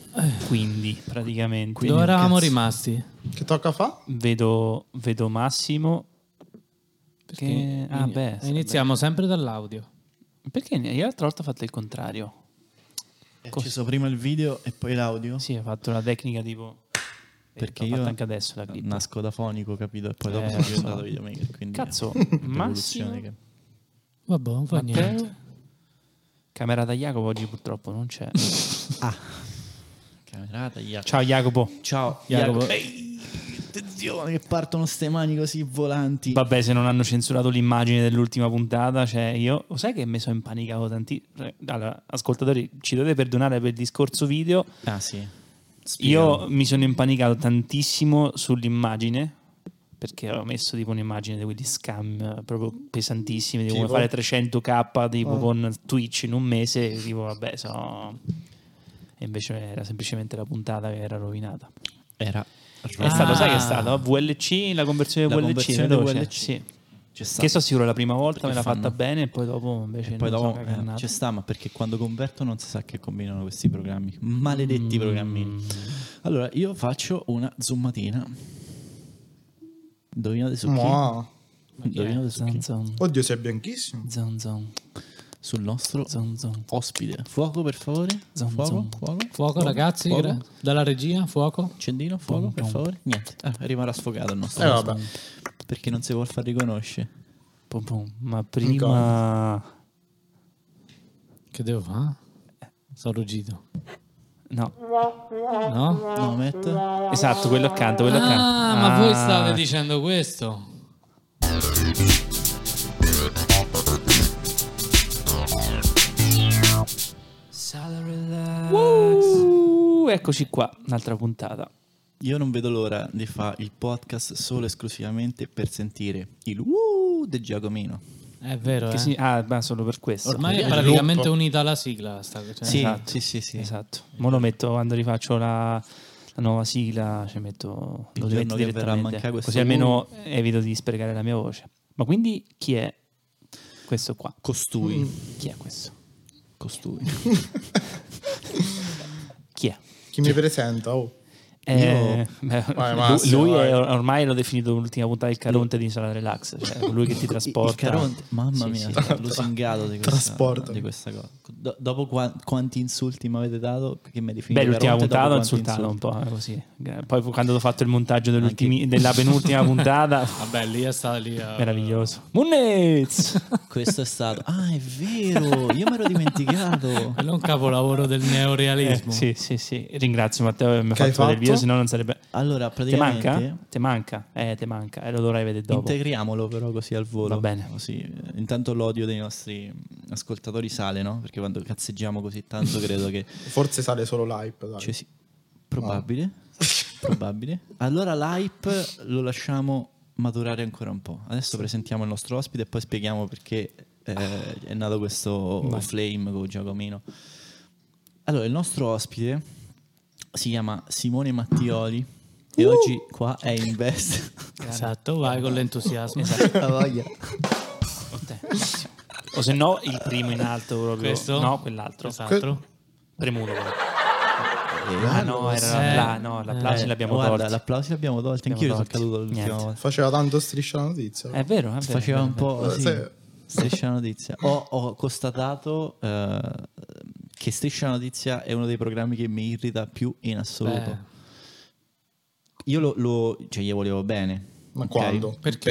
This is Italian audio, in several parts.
Quindi praticamente Dove eravamo rimasti? Che tocca fa? vedo Massimo che Iniziamo sempre dall'audio. perché io l'altra volta ho fatto il contrario. È acceso prima il video e poi l'audio? Sì, ho fatto una tecnica tipo Perché l'ho io fatto anche adesso la clip. nasco da fonico, capito? E poi dopo sono diventato videomaker, quindi Cazzo, l'evoluzione Massimo che... Vabbè, non fa Matteo? niente. Camerata Jacopo oggi purtroppo non c'è. Camerata, Ciao Jacopo. Ciao Jacopo. Ehi, attenzione che partono ste mani così volanti. Vabbè, se non hanno censurato l'immagine dell'ultima puntata, cioè io, sai che mi sono impanicato tantissimo. Allora, ascoltatori, ci dovete perdonare per il discorso video. Ah sì. Io mi sono impanicato tantissimo sull'immagine perché ho messo tipo un'immagine di quelli scam proprio pesantissimi, di come Tipo? fare 300k tipo con Twitch in un mese, tipo vabbè, e invece era semplicemente la puntata che era rovinata. Era È stato, sai che è stato? VLC, la conversione La VLC, conversione veloce. VLC. Sì. C'è sta. Che so sicuro la prima volta Perché me l'ha fatta fanno? bene e poi dopo invece Poi non dopo so che cannata. c'è sta, ma perché quando converto non si sa che combinano questi programmi. Maledetti programmini. Allora, io faccio una zoomatina. Indovinate su chi? Mua. Indovinate su chi? Zon, Oddio, sei bianchissimo. zon, zon, Sul nostro zon, zon. ospite. Fuoco, per favore. Zon, Fuoco, zon. fuoco. Fuoco, ragazzi, Fuoco. dalla regia, fuoco. Accendino, fuoco, per favore. Niente. Rimarrà sfogato il nostro Vabbè. ospite. Perché non si vuol far riconoscere. Pum, pum. Ma prima... Che devo fare? Sono ruggito. No, No? No, metto. esatto, quello accanto, quello accanto. Ma voi state dicendo questo? Eccoci qua, un'altra puntata. Io non vedo l'ora di fare il podcast solo e esclusivamente per sentire il di Giacomino. È vero, Ma solo per questo. Ormai è Il praticamente loop. unita alla sigla. Cioè. Sì, Esatto. sì. Esatto. Mo lo metto quando rifaccio la nuova sigla, ci metto Il lo giorno metto che verrà a direttamente, mancare questo così almeno evito di sprecare la mia voce. Ma quindi chi è questo qua? Costui. Chi è questo? Costui. Chi è? Chi mi presenta? Oh. Vai, Massimo, lui vai. è ormai l'ho definito l'ultima puntata del Caronte di Sala Relax, cioè colui che ti trasporta. Il Caronte, mamma Sì, mia, sì. lusingato di Trasporto. questa cosa. Dopo quanti insulti mi avete dato, che mi definite Beh, l'ultima Caronte, puntata ho dopo quanti insultato un po' così. Poi quando ho fatto il montaggio della penultima puntata, Vabbè, lì è stata lì. meraviglioso. Munnez! Questo è stato. Ah, è vero, io mi ero dimenticato. Quello è un capolavoro del neorealismo. Sì. Ringrazio Matteo che mi ha Che hai fatto vedere il video, fatto? se no non sarebbe. Allora, Te praticamente manca? Te manca. E lo dovrai vedere dopo. integriamolo però così al volo. Va bene. Così, intanto l'odio dei nostri ascoltatori sale, no? Perché quando cazzeggiamo così tanto credo che Forse sale solo l'hype, dai. cioè, sì, probabile. Probabile. Allora l'hype lo lasciamo maturare ancora un po'. Adesso presentiamo il nostro ospite e poi spieghiamo perché è nato questo flame con Giacomino. Allora, il nostro ospite si chiama Simone Mattioli e oggi qua è in veste. Esatto, vai con l'entusiasmo. La voglia. O se no il primo in alto proprio. Questo? No, quell'altro. Esatto. Premuto però. Ah no, era l'applauso l'abbiamo Guarda, tolti. l'applausi l'abbiamo tolti. Anch'io Abbiamo sono caduto tolti. l'ultima Niente. volta. Faceva tanto striscia la notizia. È vero, è vero. Faceva un po' sì. Sì. Striscia la notizia. Ho constatato che Striscia la notizia è uno dei programmi che mi irrita più in assoluto. Io cioè gli volevo bene. Ma ok? quando? Perché?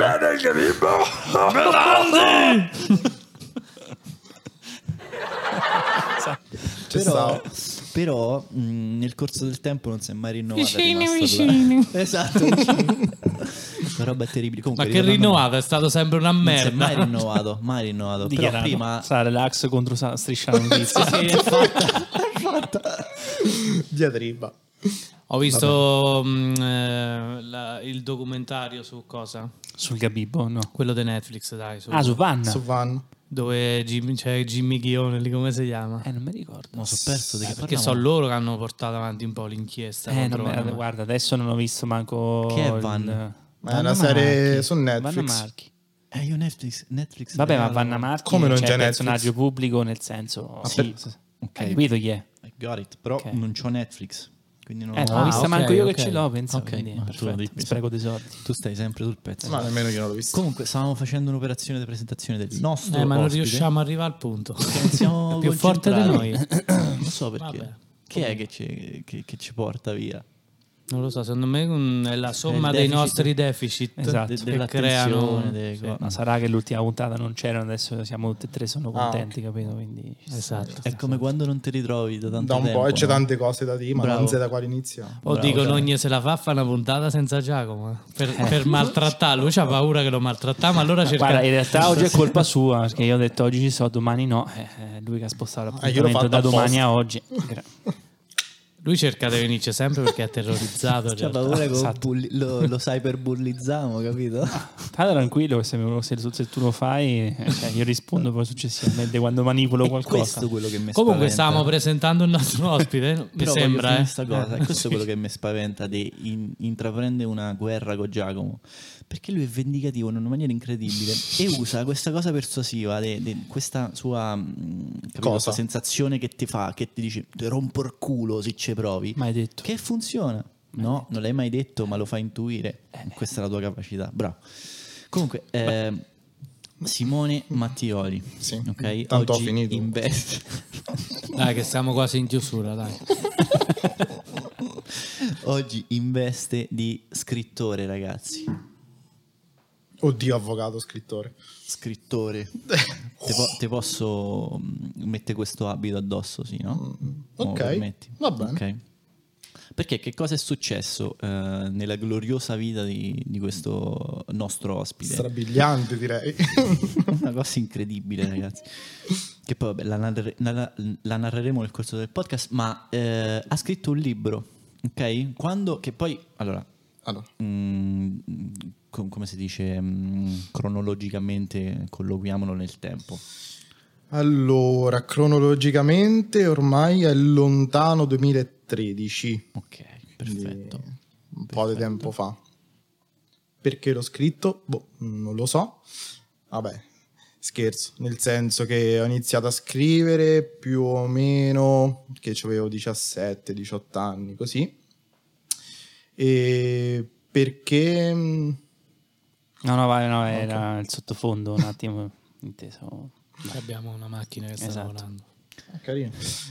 Però nel corso del tempo non si è mai rinnovato. Esatto. La roba è terribile. Comunque, Ma che rinnovato? È stato sempre una non si è merda. mai rinnovato. Però Dichiarato. prima Sarà relax contro Striscia la notizia. sì, è fatta. Diatriba. Ho visto il documentario su cosa? Sul Gabibbo, no. Quello di Netflix, dai. Su Vanna. Su Van. Dove c'è Jimmy Ghione, lì come si chiama? Non mi ricordo. No, sono perso di che Perché parliamo. sono loro che hanno portato avanti un po' l'inchiesta. contro Vanna. Guarda, adesso non ho visto manco. Che è Vanna? Ma è una serie Marchi. su Netflix. Vanna Marchi. Io Netflix. Vabbè, ma Vanna Marchi Come non c'è c'è personaggio Netflix? pubblico, nel senso. Ma Sì, per- hai capito chi è? got it. Però Ok. non c'ho Netflix, quindi non l'ho vista ok, manco io ok. che ce l'ho, pensa. Ok, Quindi, ma tu perfetto. devi- Spreco dei soldi. Tu stai sempre sul pezzo. Ma nemmeno io non l'ho visto. Comunque stavamo facendo un'operazione di presentazione del nostro Ma non ospite. riusciamo a arrivare al punto. Non siamo È più forte di concentrati. noi. Non so perché. Vabbè. Chi è che ci porta via? Non lo so, secondo me è la somma il dei deficit. nostri deficit Esatto. che Dell'attenzione, creano. Ma sarà che l'ultima puntata non c'erano, adesso siamo tutti e tre, sono contenti, capito? Quindi Esatto. È come quando non ti ritrovi da tanto Da un tempo. po' e c'è no? tante cose da dire, ma Bravo. non sai da quale iniziare. O dicono ogni se la fa fa una puntata senza Giacomo per maltrattarlo. Lui c'ha paura che lo maltrattiamo, allora cerca. guarda, in realtà oggi è colpa sua, perché io ho detto oggi ci so, domani no. Lui che ha spostato io l'ho l'appuntamento fatto da domani apposta. a oggi. Lui cerca di venirci sempre perché è terrorizzato. C'ha certo. paura che Esatto. lo cyberbullizzamo, capito? Stai tranquillo, che se tu lo fai, io rispondo poi successivamente quando manipolo È qualcosa. questo quello che mi Comunque spaventa. stavamo presentando il nostro ospite, mi Però sembra. voglio finire sta cosa. E questo è quello che mi spaventa di intraprendere una guerra con Giacomo, perché lui è vendicativo in una maniera incredibile e usa questa cosa persuasiva, questa sua capito, Cosa? questa sensazione che ti fa, che ti dice ti rompo il culo se ci provi, Mai detto. che funziona. No, non l'hai mai detto, ma lo fa intuire. Questa è la tua capacità. Bravo. Comunque, Simone Mattioli, Sì, ok? tanto ho Oggi finito. investe. Dai, che siamo quasi in chiusura, dai. Oggi investe di scrittore, ragazzi. Oddio, avvocato, scrittore. Scrittore. Te posso mettere questo abito addosso, sì, no? Ok, Me lo permetti? va bene. Ok. Perché che cosa è successo nella gloriosa vita di questo nostro ospite? Strabiliante, direi. Una cosa incredibile, ragazzi. Che poi vabbè, la narreremo nel corso del podcast, ma ha scritto un libro, ok? Quando, che poi, allora, Allora, come si dice, cronologicamente colloquiamolo nel tempo. allora, cronologicamente ormai è lontano 2013. Ok, perfetto. Quindi un po' di tempo fa. Perché l'ho scritto? Boh, non lo so. Vabbè, scherzo, nel senso che ho iniziato a scrivere più o meno che avevo 17-18 anni, così. E perché No, vai, no, era il sottofondo, un attimo, inteso. Abbiamo una macchina che sta Esatto. lavorando. carino.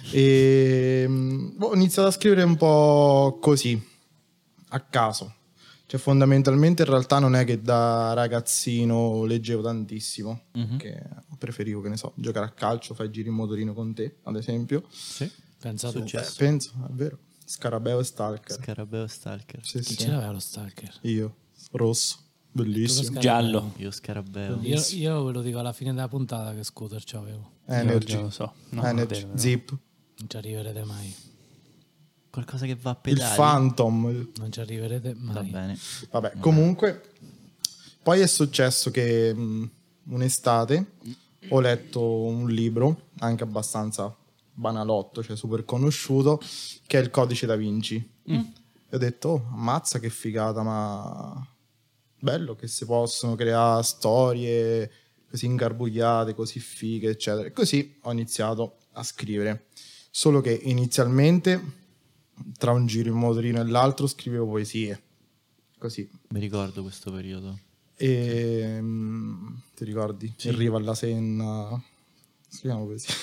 E ho iniziato a scrivere un po' così, a caso. Cioè, fondamentalmente in realtà non è che da ragazzino leggevo tantissimo, che preferivo, che ne so, giocare a calcio, fai giri in motorino con te, ad esempio. Sì. Pensa tu. Penso, è vero. Scarabeo e Stalker. Scarabeo Stalker. Sì, Chi sì. ce l'aveva lo stalker? Io, rosso, bellissimo. Giallo. Io Scarabeo. Io ve lo dico alla fine della puntata che scooter c'avevo. Energy. Io lo so. No, Energy. vabbè, no. Zip. Non ci arriverete mai. Qualcosa che va a Il pedali. Phantom. Non ci arriverete mai. Va bene. Vabbè, comunque, poi è successo che un'estate ho letto un libro, anche abbastanza banalotto, cioè super conosciuto, che è Il Codice da Vinci. E ho detto, oh, ammazza che figata, ma bello che si possono creare storie così ingarbugliate, così fighe, eccetera. E così ho iniziato a scrivere. Solo che inizialmente, tra un giro in motorino e l'altro, scrivevo poesie. Così. Mi ricordo questo periodo. E ti ricordi? Sì. In riva alla Senna. Scriviamo poesie.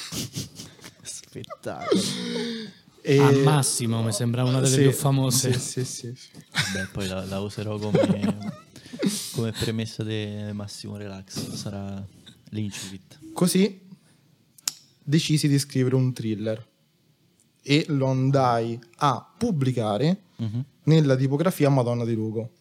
Spettacolo. E... Al massimo, mi sembra una delle Sì, più famose. Sì. Vabbè, poi la userò come premessa di Massimo Relax. Sarà l'incipit. Così decisi di scrivere un thriller e lo andai a pubblicare nella tipografia Madonna di Lugo.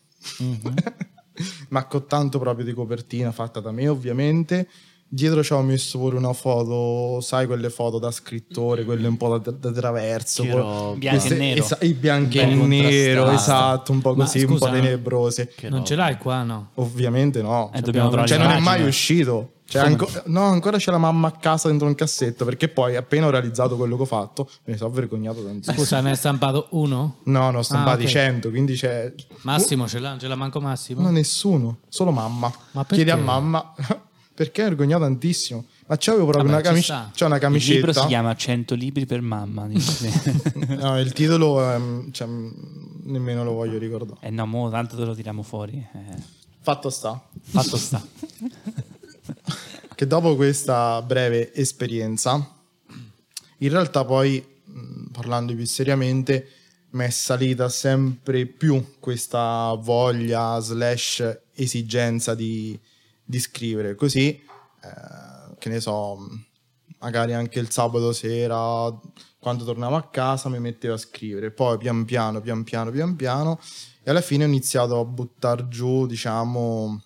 Ma con tanto proprio di copertina fatta da me, ovviamente. Dietro ci ho messo pure una foto, sai, quelle foto da scrittore, quelle un po' da traverso, Che roba. Bianco e nero. i bianchi e Ben nero, contrastate. esatto, un po' Ma così, un scusa, po' tenebrose. Che Non roba. ce l'hai qua, no? Ovviamente no. Dobbiamo trovare Cioè non è l'immagine. mai uscito. Cioè, no, ancora c'è la mamma a casa dentro un cassetto, perché poi appena ho realizzato quello che ho fatto me ne sono vergognato tantissimo. Scusa, ne hai stampato uno? No, ne ho stampati ok. 100, quindi c'è... Massimo ce l'ha? Non ce l'ha manco Massimo? No, nessuno, solo mamma. Ma perché? Chiedi a mamma, perché mi vergognato tantissimo. Ma c'avevo proprio Vabbè, una, ci sta. c'è una Il libro si camicetta. chiama 100 libri per mamma. No, il titolo cioè, nemmeno lo voglio ricordare. No, mo tanto te lo tiriamo fuori. Fatto sta Fatto sta. che dopo questa breve esperienza, in realtà poi, parlando più seriamente, mi è salita sempre più questa voglia / esigenza di scrivere. Così, che ne so, magari anche il sabato sera, quando tornavo a casa, mi mettevo a scrivere. Poi pian piano, e alla fine ho iniziato a buttar giù, diciamo,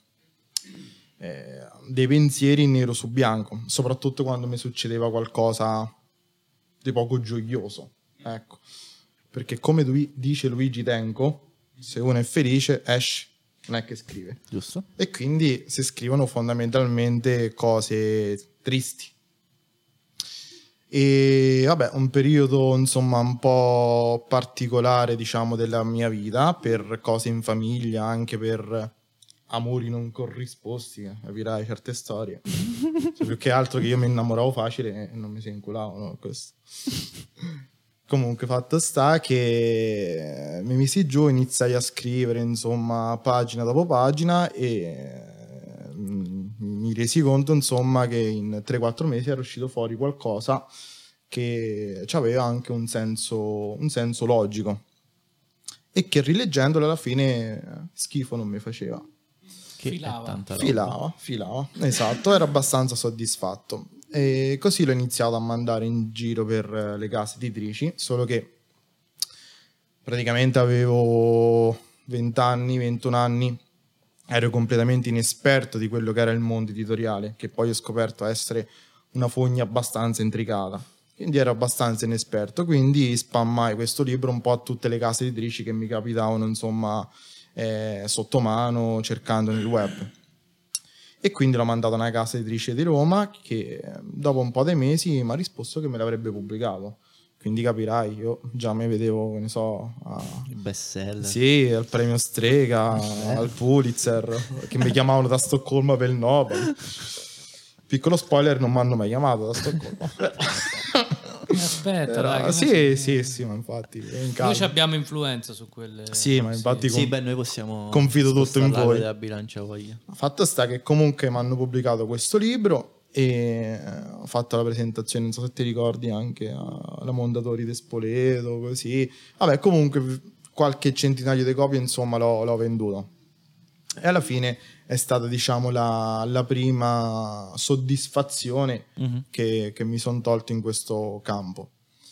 dei pensieri nero su bianco, soprattutto quando mi succedeva qualcosa di poco gioioso, ecco. Perché come dice Luigi Tenco, se uno è felice esce, non è che scrive. Giusto? E quindi si scrivono fondamentalmente cose tristi. E vabbè, un periodo insomma un po' particolare, diciamo, della mia vita, per cose in famiglia, anche per amori non corrisposti, capirai certe storie. Cioè, più che altro che io mi innamoravo facile e non mi si inculavano, questo. Comunque, fatto sta che mi misi giù, iniziai a scrivere, insomma, pagina dopo pagina, e mi resi conto, insomma, che in 3-4 mesi era uscito fuori qualcosa che aveva anche un senso logico, e che rileggendolo alla fine schifo non mi faceva. Che Filava. è tanta roba. Filava, esatto, ero abbastanza soddisfatto. E così l'ho iniziato a mandare in giro per le case editrici, solo che praticamente avevo 20 anni, 21 anni, ero completamente inesperto di quello che era il mondo editoriale, che poi ho scoperto essere una fogna abbastanza intricata. Quindi ero abbastanza inesperto, quindi spammai questo libro un po' a tutte le case editrici che mi capitavano, insomma, sotto mano, cercando nel web. E quindi l'ho mandato a una casa editrice di Roma che dopo un po' dei mesi mi ha risposto che me l'avrebbe pubblicato. Quindi capirai, io già mi vedevo, che ne so, Il bestseller. sì, al premio Strega, al Pulitzer, che mi chiamavano da Stoccolma per il Nobel. Piccolo spoiler, non mi hanno mai chiamato da Stoccolma. Aspetta, Però, dai, sì, ma infatti in noi calma. abbiamo influenza su quelle. Sì, ma infatti Sì, beh, noi possiamo confido tutto in spostare voi. della bilancia voglia. Fatto sta che comunque mi hanno pubblicato questo libro e ho fatto la presentazione, non so se ti ricordi, anche alla Mondadori di Spoleto, così. Vabbè, comunque qualche centinaio di copie, insomma, l'ho venduto. E alla fine è stata, diciamo, la prima soddisfazione che mi sono tolto in questo campo.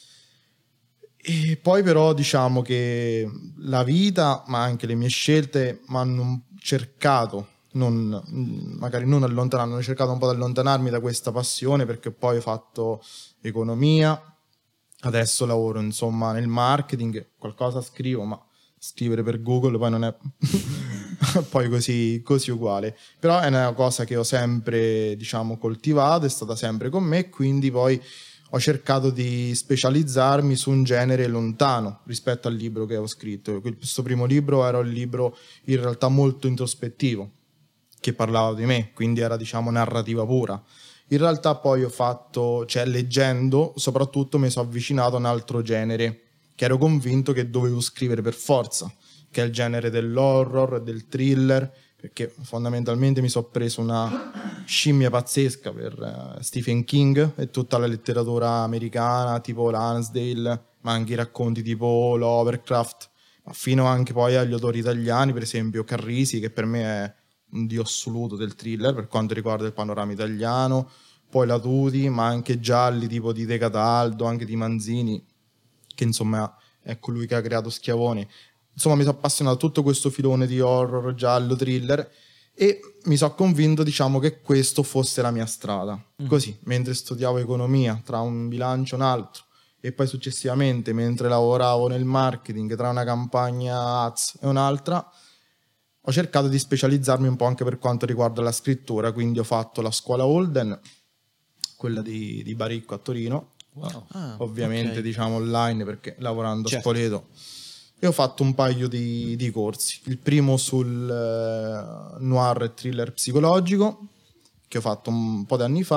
E poi però diciamo che la vita, ma anche le mie scelte, mi hanno cercato, magari non allontanarmi, hanno cercato un po' di allontanarmi da questa passione, perché poi ho fatto economia, adesso lavoro insomma nel marketing, qualcosa scrivo, ma scrivere per Google poi non è poi così uguale. Però è una cosa che ho sempre, diciamo, coltivato, è stata sempre con me, quindi poi ho cercato di specializzarmi su un genere lontano rispetto al libro che ho scritto. Questo primo libro era un libro in realtà molto introspettivo, che parlava di me, quindi era, diciamo, narrativa pura. In realtà poi ho fatto, cioè leggendo, soprattutto mi sono avvicinato a un altro genere che ero convinto che dovevo scrivere per forza, che è il genere dell'horror, del thriller, perché fondamentalmente mi sono preso una scimmia pazzesca per Stephen King e tutta la letteratura americana, tipo Lansdale, ma anche i racconti tipo Lovecraft, ma fino anche poi agli autori italiani, per esempio Carrisi, che per me è un dio assoluto del thriller per quanto riguarda il panorama italiano, poi Latuti, ma anche gialli tipo di De Cataldo, anche di Manzini, che insomma è colui che ha creato Schiavone. Insomma, mi sono appassionato a tutto questo filone di horror, giallo, thriller, e mi sono convinto, diciamo, che questo fosse la mia strada. Così, mentre studiavo economia, tra un bilancio e un altro, e poi successivamente, mentre lavoravo nel marketing, tra una campagna ads e un'altra, ho cercato di specializzarmi un po' anche per quanto riguarda la scrittura, quindi ho fatto la scuola Holden, quella di Baricco a Torino, ovviamente ok. diciamo online, perché lavorando Certo. a Spoleto, e ho fatto un paio di corsi. Il primo sul noir e thriller psicologico, che ho fatto un po' di anni fa,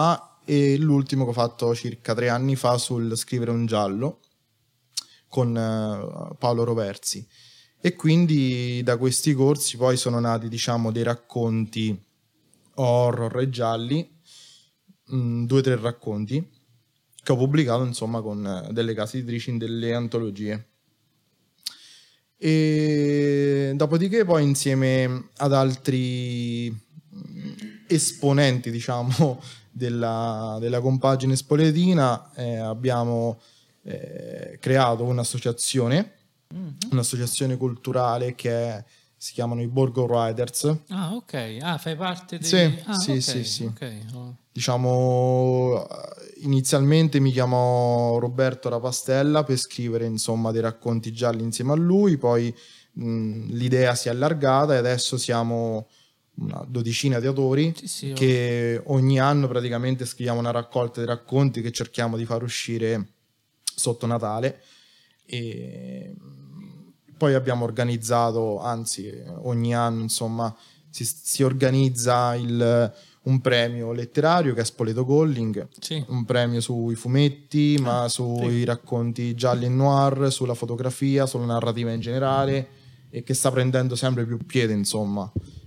e l'ultimo che ho fatto circa 3 anni fa sul scrivere un giallo con Paolo Roversi. E quindi da questi corsi poi sono nati, diciamo, dei racconti horror e gialli, 2 o 3 racconti che ho pubblicato insomma con delle case editrici in delle antologie. E dopodiché poi insieme ad altri esponenti, diciamo, della compagine spoletina abbiamo creato un'associazione culturale che si chiamano i Borgo Riders. Ah, ok. Ah, fai parte di... Sì, ah, sì, ok, sì, sì. ok. Oh. Diciamo, inizialmente mi chiamò Roberto Rapastella per scrivere insomma dei racconti gialli insieme a lui, poi l'idea si è allargata e adesso siamo una dozzina di autori che ogni anno praticamente scriviamo una raccolta di racconti che cerchiamo di far uscire sotto Natale. E poi abbiamo organizzato, anzi ogni anno insomma si organizza un premio letterario che è Spoleto Calling, un premio sui fumetti, ma sui racconti gialli e noir, sulla fotografia, sulla narrativa in generale, e che sta prendendo sempre più piede insomma.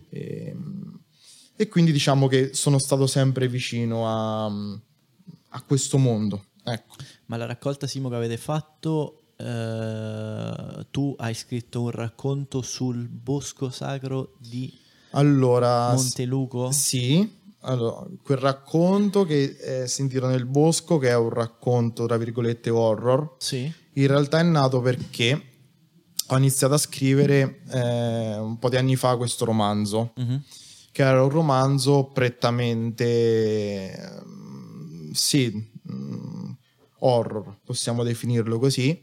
E quindi diciamo che sono stato sempre vicino a questo mondo, ecco. Ma la raccolta, Simo, che avete fatto, tu hai scritto un racconto sul bosco sacro di Monteluco? Sì, allora, quel racconto che si intitola Nel bosco, che è un racconto tra virgolette horror, sì, in realtà è nato perché ho iniziato a scrivere un po' di anni fa questo romanzo, che era un romanzo prettamente horror, possiamo definirlo così,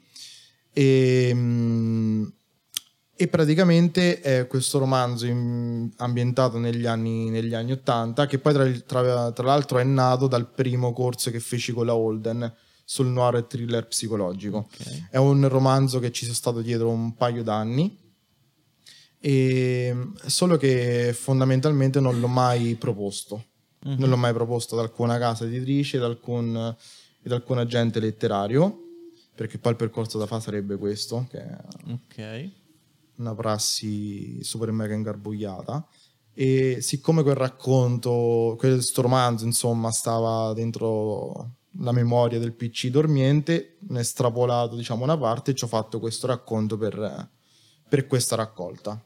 e praticamente è questo romanzo ambientato negli anni 80, che poi tra l'altro è nato dal primo corso che feci con la Holden sul noir e thriller psicologico. Okay. È un romanzo che ci sono stato dietro un paio d'anni, solo che fondamentalmente non l'ho mai proposto. Non l'ho mai proposto ad alcuna casa editrice, ad alcun agente letterario, perché poi il percorso da fare sarebbe questo, che è una prassi super mega ingarbugliata. E siccome questo romanzo insomma stava dentro la memoria del PC dormiente, ne ho estrapolato diciamo una parte e ci ho fatto questo racconto per questa raccolta.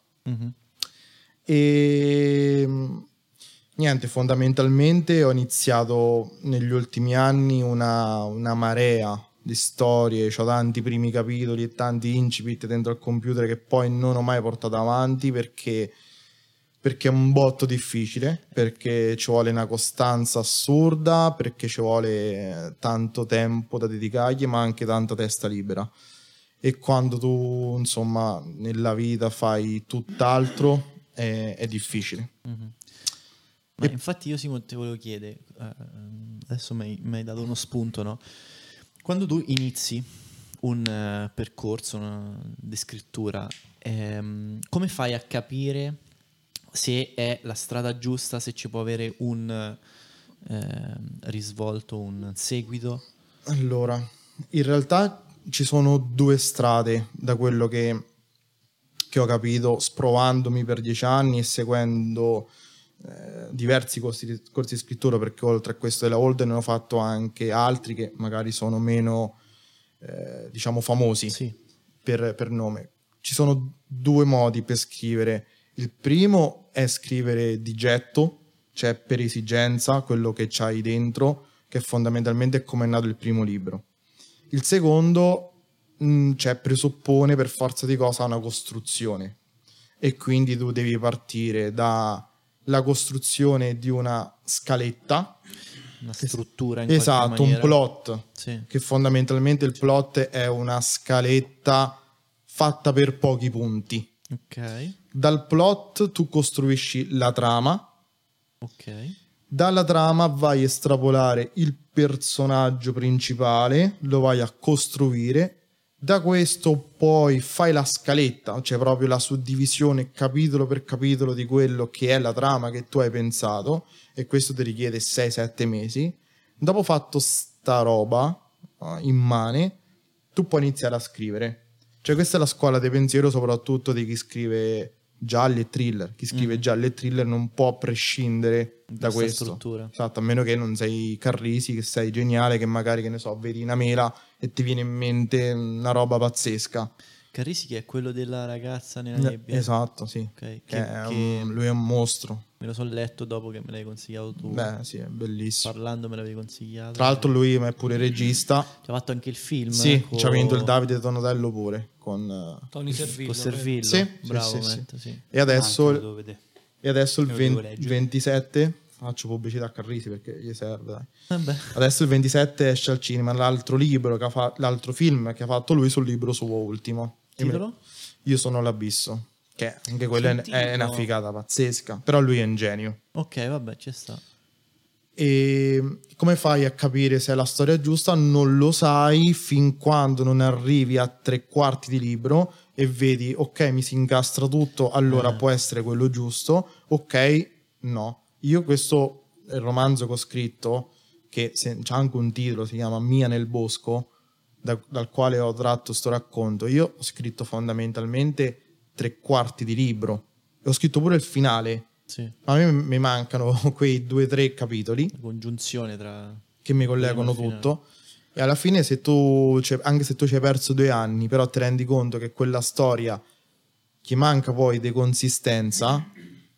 E niente, fondamentalmente ho iniziato negli ultimi anni una marea di storie, c'ho tanti primi capitoli e tanti incipit dentro al computer che poi non ho mai portato avanti perché è un botto difficile, perché ci vuole una costanza assurda, perché ci vuole tanto tempo da dedicargli, ma anche tanta testa libera. E quando tu insomma nella vita fai tutt'altro è difficile. Ma infatti io, Simo, te volevo chiedere, adesso mi hai dato uno spunto, no? Quando tu inizi un percorso di scrittura, come fai a capire se è la strada giusta, se ci può avere un risvolto, un seguito? Allora, in realtà ci sono 2 strade da quello che ho capito, sprovandomi per 10 anni e seguendo diversi corsi di scrittura, perché oltre a questo della Holden ne ho fatto anche altri che magari sono meno diciamo famosi per nome. Ci sono 2 modi per scrivere. Il primo è scrivere di getto, cioè per esigenza, quello che c'hai dentro, che fondamentalmente è come è nato il primo libro. Il secondo presuppone per forza di cosa una costruzione, e quindi tu devi partire dalla costruzione di una scaletta, una struttura in qualche maniera. Un plot, che fondamentalmente il plot è una scaletta fatta per pochi punti. Dal plot tu costruisci la trama, dalla trama vai a estrapolare il personaggio principale, lo vai a costruire, da questo poi fai la scaletta, cioè proprio la suddivisione capitolo per capitolo di quello che è la trama che tu hai pensato, e questo ti richiede 6-7 mesi. dopo fatto sta roba immane, tu puoi iniziare a scrivere. Cioè questa è la scuola di pensiero soprattutto di chi scrive gialli e thriller. Chi scrive gialli e thriller non può prescindere da questa questo. struttura. Esatto, a meno che non sei Carrisi, che sei geniale, che magari, che ne so, vedi una mela e ti viene in mente una roba pazzesca. Carrisi, che è quello della ragazza nella nebbia. Esatto, sì. Ok, Lui è un mostro. me lo sono letto dopo che me l'hai consigliato tu. Beh, sì, è bellissimo. Parlando me l'avevi consigliato. Tra l'altro lui è pure regista. Ci ha fatto anche il film. Sì, ci ha vinto il Davide Donatello pure con Tony Servillo. con Servillo. Sì, Bravo, sì, sì, Matt, sì. E adesso, lo devo vedere. e adesso il Lo devo leggere. 27 faccio pubblicità a Carrisi perché gli serve, dai. Vabbè. Adesso il 27 esce al cinema l'altro film che ha fatto lui sul libro suo ultimo. Titolo? Io sono l'abisso, che anche quello è una figata pazzesca, però lui è un genio. Ok, vabbè, ci sta. E come fai a capire se è la storia giusta? Non lo sai fin quando non arrivi a 3/4 di libro e vedi, ok, mi si incastra tutto, allora può essere quello giusto, ok, no. Io questo è il romanzo che ho scritto, che c'ha anche un titolo, si chiama Mia nel bosco, dal quale ho tratto sto racconto. Io ho scritto fondamentalmente 3/4 di libro e ho scritto pure il finale. Sì. A me mi mancano quei 2-3 capitoli La congiunzione tra... che mi collegano prima e il tutto. E alla fine, anche se tu ci hai perso 2 anni, però ti rendi conto che quella storia che manca poi di consistenza.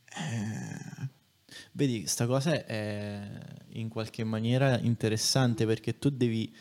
Vedi, sta cosa è in qualche maniera interessante perché tu devi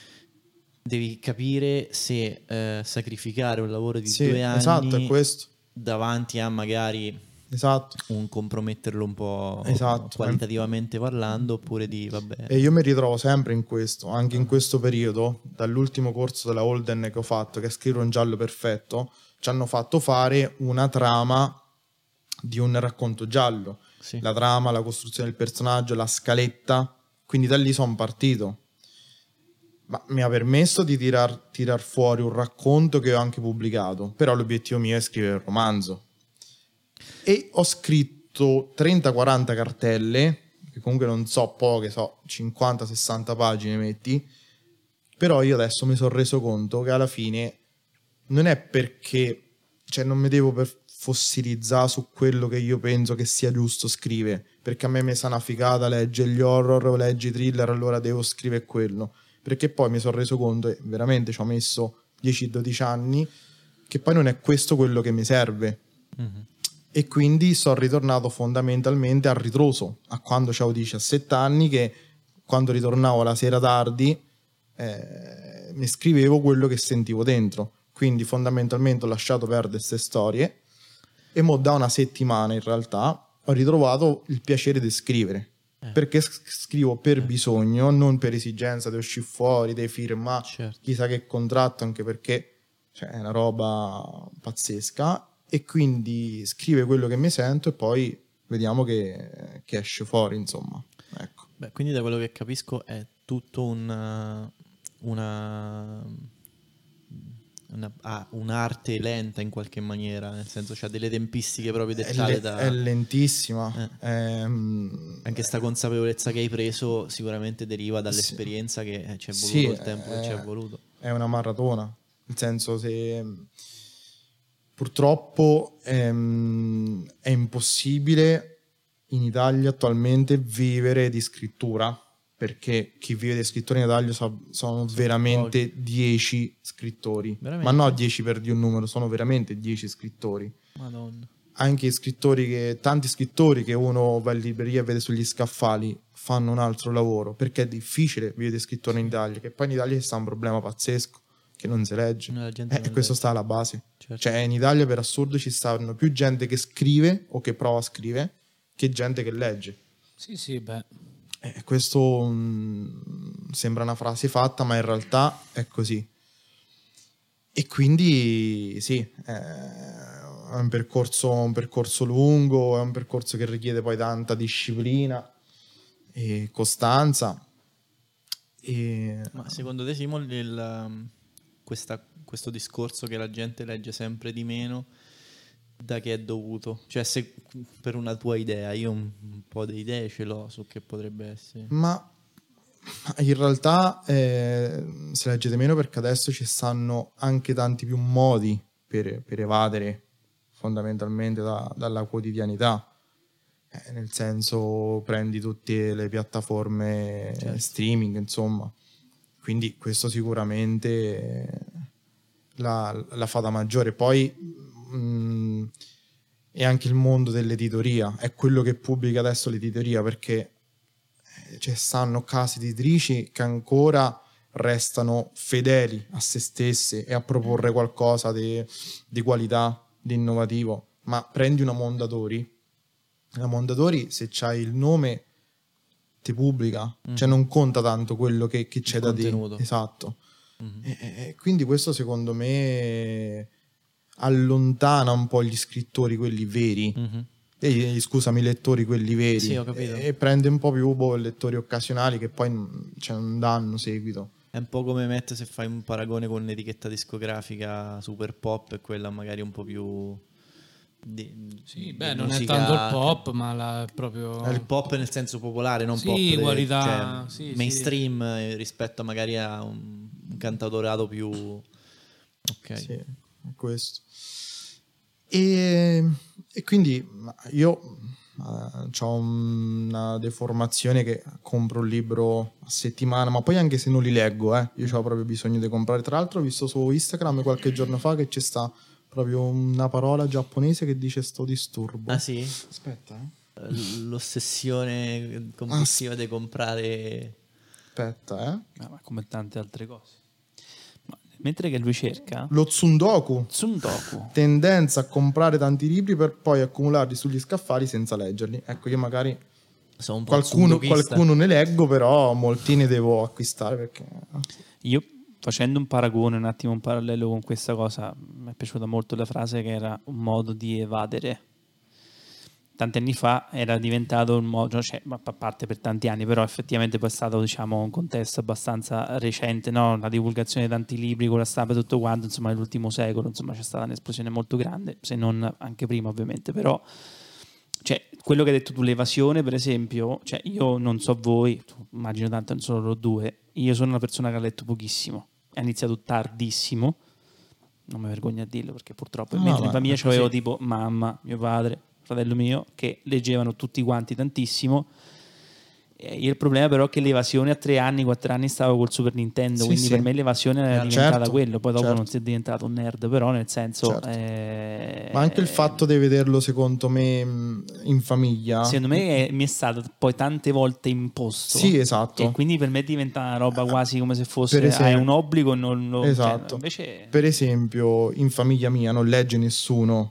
capire se sacrificare un lavoro di Sì, 2 anni esatto, è questo. davanti a magari Esatto. un comprometterlo un po' Esatto. qualitativamente parlando, oppure di vabbè. E io mi ritrovo sempre in questo, anche in questo periodo, dall'ultimo corso della Holden che ho fatto, che è scrivere un giallo perfetto, ci hanno fatto fare una trama di un racconto giallo. Sì. La trama, la costruzione del personaggio, la scaletta, quindi da lì sono partito. Ma mi ha permesso di tirar fuori un racconto che ho anche pubblicato, però l'obiettivo mio è scrivere il romanzo. E ho scritto 30-40 cartelle, che comunque non so poche, so 50-60 pagine metti, però io adesso mi sono reso conto che alla fine non è perché, cioè non mi devo fossilizzare su quello che io penso che sia giusto scrivere, perché a me sa una figata legge gli horror o legge i thriller, allora devo scrivere quello, perché poi mi sono reso conto, e veramente ci ho messo 10-12 anni, che poi non è questo quello che mi serve. Mm-hmm. E quindi sono ritornato fondamentalmente a ritroso, a quando avevo 17 anni, che quando ritornavo la sera tardi mi scrivevo quello che sentivo dentro. Quindi fondamentalmente ho lasciato perdere queste storie e da una settimana in realtà ho ritrovato il piacere di scrivere. Perché scrivo per bisogno, non per esigenza di uscire fuori, di firmare chissà che contratto, anche perché è una roba pazzesca. E quindi scrive quello che mi sento e poi vediamo che esce fuori, insomma. Ecco. Beh, quindi da quello che capisco è tutto un'arte lenta in qualche maniera, nel senso c'ha delle tempistiche proprio dettate è lentissima. Anche sta consapevolezza che hai preso sicuramente deriva dall'esperienza che ci è voluto, il tempo che ci è voluto. È una maratona, nel senso se... Purtroppo è impossibile in Italia attualmente vivere di scrittura, perché chi vive di scrittura in Italia sono veramente 10 scrittori. Veramente? Ma no 10 per di un numero, sono veramente 10 scrittori. Madonna. Anche tanti scrittori che uno va in libreria e vede sugli scaffali fanno un altro lavoro, perché è difficile vivere di scrittura in Italia, che poi in Italia sta un problema pazzesco, che non si legge. E questo sta alla base. Certo. Cioè in Italia per assurdo ci stanno più gente che scrive o che prova a scrivere che gente che legge. Sì, beh. Questo sembra una frase fatta, ma in realtà è così. E quindi sì, è un percorso lungo, è un percorso che richiede poi tanta disciplina e costanza. Ma secondo te, Simon, questo discorso che la gente legge sempre di meno, da che è dovuto? Cioè, se per una tua idea, io un po' di idee ce l'ho su che potrebbe essere. Ma In realtà se leggete meno perché adesso ci stanno anche tanti più modi per evadere fondamentalmente dalla quotidianità. Nel senso, prendi tutte le piattaforme streaming, insomma. Quindi questo sicuramente la fa da maggiore. Poi è anche il mondo dell'editoria, è quello che pubblica adesso l'editoria, perché ci stanno case editrici che ancora restano fedeli a se stesse e a proporre qualcosa di qualità, di innovativo. Ma prendi una Mondadori, la Mondadori, se c'hai il nome ti pubblica, cioè non conta tanto quello che c'è da dire. Esatto. E quindi questo secondo me allontana un po' gli scrittori, quelli veri, scusami, i lettori, quelli veri, sì, ho capito. E prende un po' più lettori occasionali che poi non danno seguito. È un po' come se fai un paragone con un'etichetta discografica super pop e quella magari un po' più... non è tanto il pop, ma proprio il pop nel senso popolare, non pop qualità, mainstream rispetto a magari a un cantautorato più sì, questo. E quindi io ho una deformazione che compro un libro a settimana, ma poi anche se non li leggo, io ho proprio bisogno di comprare. Tra l'altro ho visto su Instagram qualche giorno fa che ci sta proprio una parola giapponese che dice sto disturbo. Ah sì? Aspetta. L'ossessione compulsiva di comprare. Aspetta, ma come tante altre cose. Mentre che lui cerca lo tsundoku. Tendenza a comprare tanti libri per poi accumularli sugli scaffali senza leggerli. Ecco, io magari qualcuno ne leggo, però molti ne devo acquistare perché... Io, facendo un paragone, un attimo un parallelo con questa cosa, mi è piaciuta molto la frase che era un modo di evadere. Tanti anni fa era diventato un modo, a parte per tanti anni, però effettivamente poi è stato, diciamo, un contesto abbastanza recente, no? La divulgazione di tanti libri con la stampa e tutto quanto, insomma, nell'ultimo secolo, insomma, c'è stata un'esplosione molto grande, se non anche prima ovviamente, però quello che hai detto tu, l'evasione per esempio, io non so voi, immagino tanto non sono loro due, io sono una persona che ha letto pochissimo, ha iniziato tardissimo, non mi vergogno a dirlo perché purtroppo mentre in famiglia c'avevo tipo mamma, mio padre, fratello mio, che leggevano tutti quanti tantissimo. Il problema però è che l'evasione a 3 anni, 4 anni stavo col Super Nintendo, quindi per me l'evasione era diventata quello, poi dopo non si è diventato un nerd, però nel senso ma anche il fatto di vederlo secondo me in famiglia, secondo me mi è stato poi tante volte imposto, sì, esatto, e quindi per me diventa una roba quasi come se fosse un obbligo, non lo, esatto. Invece... per esempio in famiglia mia non legge nessuno,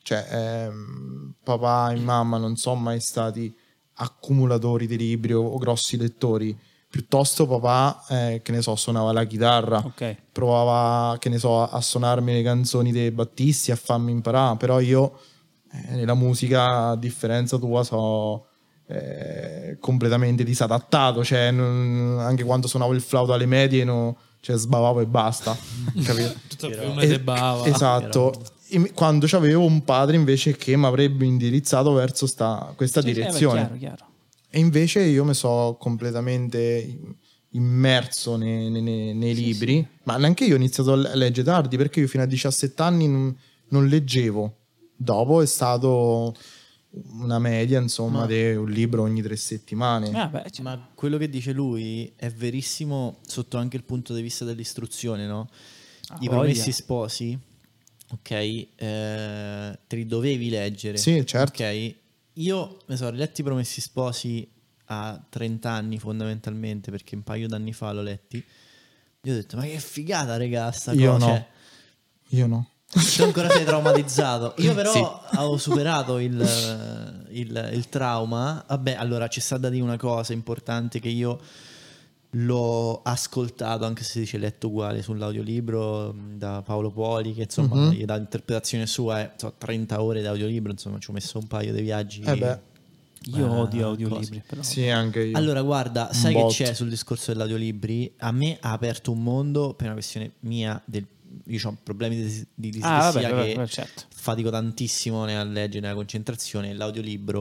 papà e mamma non sono mai stati accumulatori di libri o grossi lettori, piuttosto papà che ne so, suonava la chitarra, provava, che ne so, a suonarmi le canzoni dei Battisti, a farmi imparare, però io nella musica, a differenza tua, so completamente disadattato, anche quando suonavo il flauto alle medie sbavavo e basta, capito? Esatto. Quando c'avevo un padre invece che mi avrebbe indirizzato verso questa direzione, chiaro. E invece io mi sono completamente immerso nei libri, ma neanche io ho iniziato a leggere tardi, perché io fino a 17 anni non leggevo. Dopo è stato una media, insomma, di un libro ogni 3 settimane. Ma quello che dice lui è verissimo sotto anche il punto di vista dell'istruzione, no? I Promessi Sposi, te li dovevi leggere. Sì, certo. Ok, io mi sono riletti i Promessi Sposi a 30 anni fondamentalmente, perché un paio d'anni fa l'ho letti. Io ho detto, ma che figata, raga, sta cosa. Io no. Tu ancora sei traumatizzato. Io però ho superato il trauma. Vabbè, allora ci sta da dire una cosa importante, che io l'ho ascoltato, anche se si dice letto uguale, sull'audiolibro da Paolo Poli, che insomma dall'interpretazione sua è 30 ore di audiolibro, insomma ci ho messo un paio di viaggi. Io odio audiolibri, però. Sì, anche io. Allora guarda, sai che c'è sul discorso dell'audiolibri? A me ha aperto un mondo per una questione mia io ho problemi di dislessia, che fatico tantissimo a leggere, nella concentrazione. L'audiolibro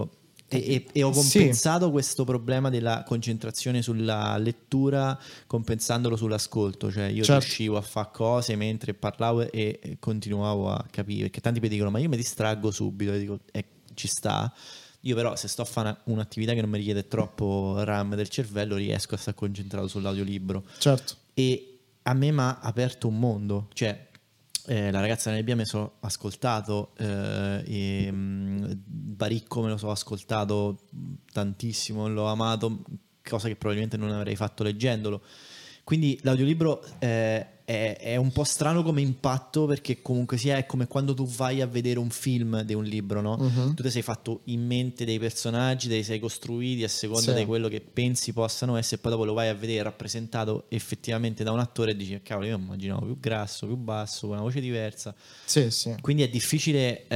E ho compensato questo problema della concentrazione sulla lettura compensandolo sull'ascolto, cioè io riuscivo a fare cose mentre parlavo e continuavo a capire, perché tanti mi dicono ma io mi distraggo subito, e dico ci sta. Io però se sto a fare un'attività che non mi richiede troppo RAM del cervello riesco a stare concentrato sull'audiolibro. Certo. E a me mi ha aperto un mondo, cioè la ragazza nella nebbia me so ascoltato, Baricco me lo so ascoltato tantissimo, l'ho amato, cosa che probabilmente non avrei fatto leggendolo. Quindi l'audiolibro è un po' strano come impatto, perché comunque sia è come quando tu vai a vedere un film di un libro, no? Tu ti sei fatto in mente dei personaggi, te li sei costruiti a seconda di quello che pensi possano essere, e poi dopo lo vai a vedere rappresentato effettivamente da un attore e dici cavolo, io immaginavo più grasso, più basso, con una voce diversa. Sì, sì. Quindi è difficile,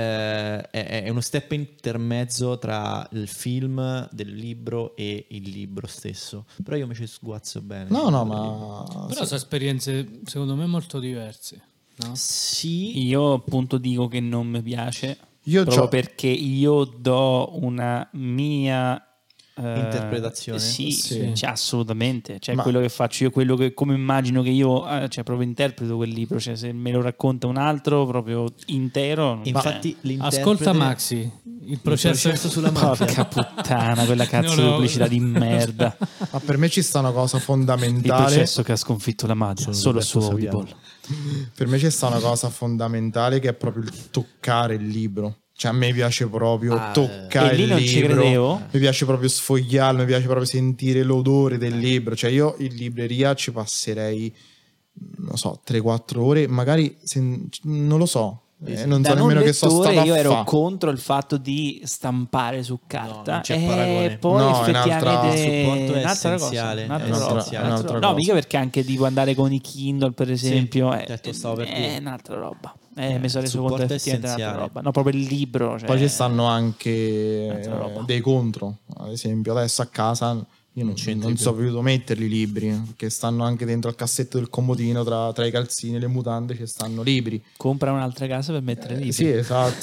è uno step intermezzo tra il film del libro e il libro stesso, però io mi ci sguazzo bene. No, ma Però sono esperienze secondo me molto diverse, no? Sì, Io appunto dico che non mi piace Io proprio c'ho- perché io do una mia interpretazione. sì, Sì. cioè, assolutamente, cioè Ma- quello che faccio io, quello che come immagino che io cioè proprio interpreto quel libro, cioè se me lo racconta un altro proprio intero, Infatti l'interprete- Ascolta Maxi, il processo sulla mafia. porca puttana, quella cazzo No, di no. pubblicità di merda. Ma per me ci sta una cosa Il fondamentale. processo che ha sconfitto la mafia solo su Roberto Audible. Per me c'è sta una cosa fondamentale che è proprio il toccare il libro. Cioè a me piace proprio toccare e lì il non ci libro. credevo. Mi piace proprio sfogliarlo, mi piace proprio sentire l'odore del libro. Cioè io in libreria ci passerei, non so, 3-4 ore, magari non lo so. Non Da so nemmeno che sono lettore stato io a ero fa. contro il fatto di stampare su carta, non c'è paragone. e poi No, è un'altra- effettivamente il supporto è un'altra essenziale, cosa, è un'altra roba, essenziale. Un'altra no, cosa. mica perché anche tipo andare con i Kindle per esempio certo, stavo per è dire. un'altra roba. Mi sono reso supporto conto è effettivamente è un'altra essenziale. roba. No, proprio il libro, cioè, Poi ci stanno anche Un'altra roba. dei contro. Ad esempio adesso a casa io non so più dove metterli i libri, perché stanno anche dentro al cassetto del comodino, tra i calzini e le mutande ci stanno libri. compra un'altra casa per mettere libri. Sì, esatto.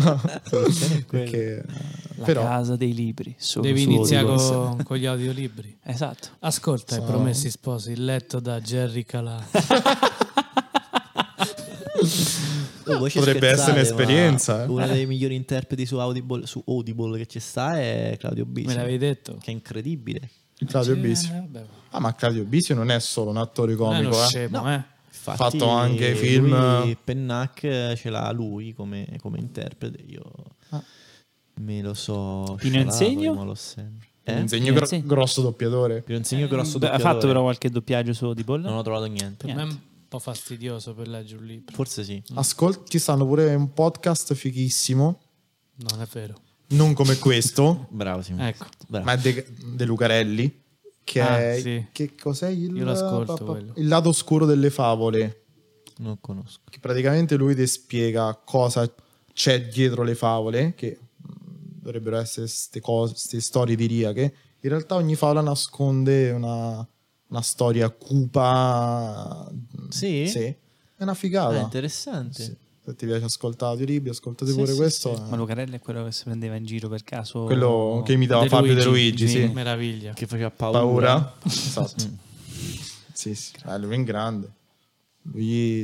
Perché, La però casa dei libri. Solo devi su iniziare Audible. con gli audiolibri. Esatto. Ascolta, I Promessi Sposi, letto da Jerry Calà. Voi ci Potrebbe essere scherzate, un'esperienza, ma uno dei migliori interpreti su Audible che ci sta è Claudio Me Bisio, l'avevi detto? che è incredibile. Claudio Bisio. Vabbè. Ah, ma Claudio Bisio non è solo un attore Non è comico, uno eh. scemo, Infatti, Fatto anche film. lui, Pennac ce l'ha lui come interprete. Io me lo so. Pino Insegno? Ma lo sempre. Un segno Pino Insegno. grosso doppiatore. Pino Insegno grosso Ha doppiatore. fatto però qualche doppiaggio su Audible? Non ho trovato niente. Per me è un po' fastidioso per leggere un libro. Forse sì. Ci stanno pure un podcast fighissimo, Non è vero. non come questo, Bravo Simone. Ecco. Bravo. ma è De Lucarelli, che Ah, è sì. che cos'è Io l'ascolto quello. il lato oscuro delle favole, Non conosco. che praticamente lui ti spiega cosa c'è dietro le favole, che dovrebbero essere queste storie idilliache. In realtà ogni favola nasconde una storia cupa. Sì? Sì, è una figata. Interessante. Sì. Se ti piace ascoltare audiolibri, ascoltate Sì, pure sì, questo. Ma Lucarelli è quello che si prendeva in giro per caso. Quello che imitava Fabio De Luigi, sì. Meraviglia. Che faceva paura. Paura. Esatto. Sì, sì. Lui è in grande. Lui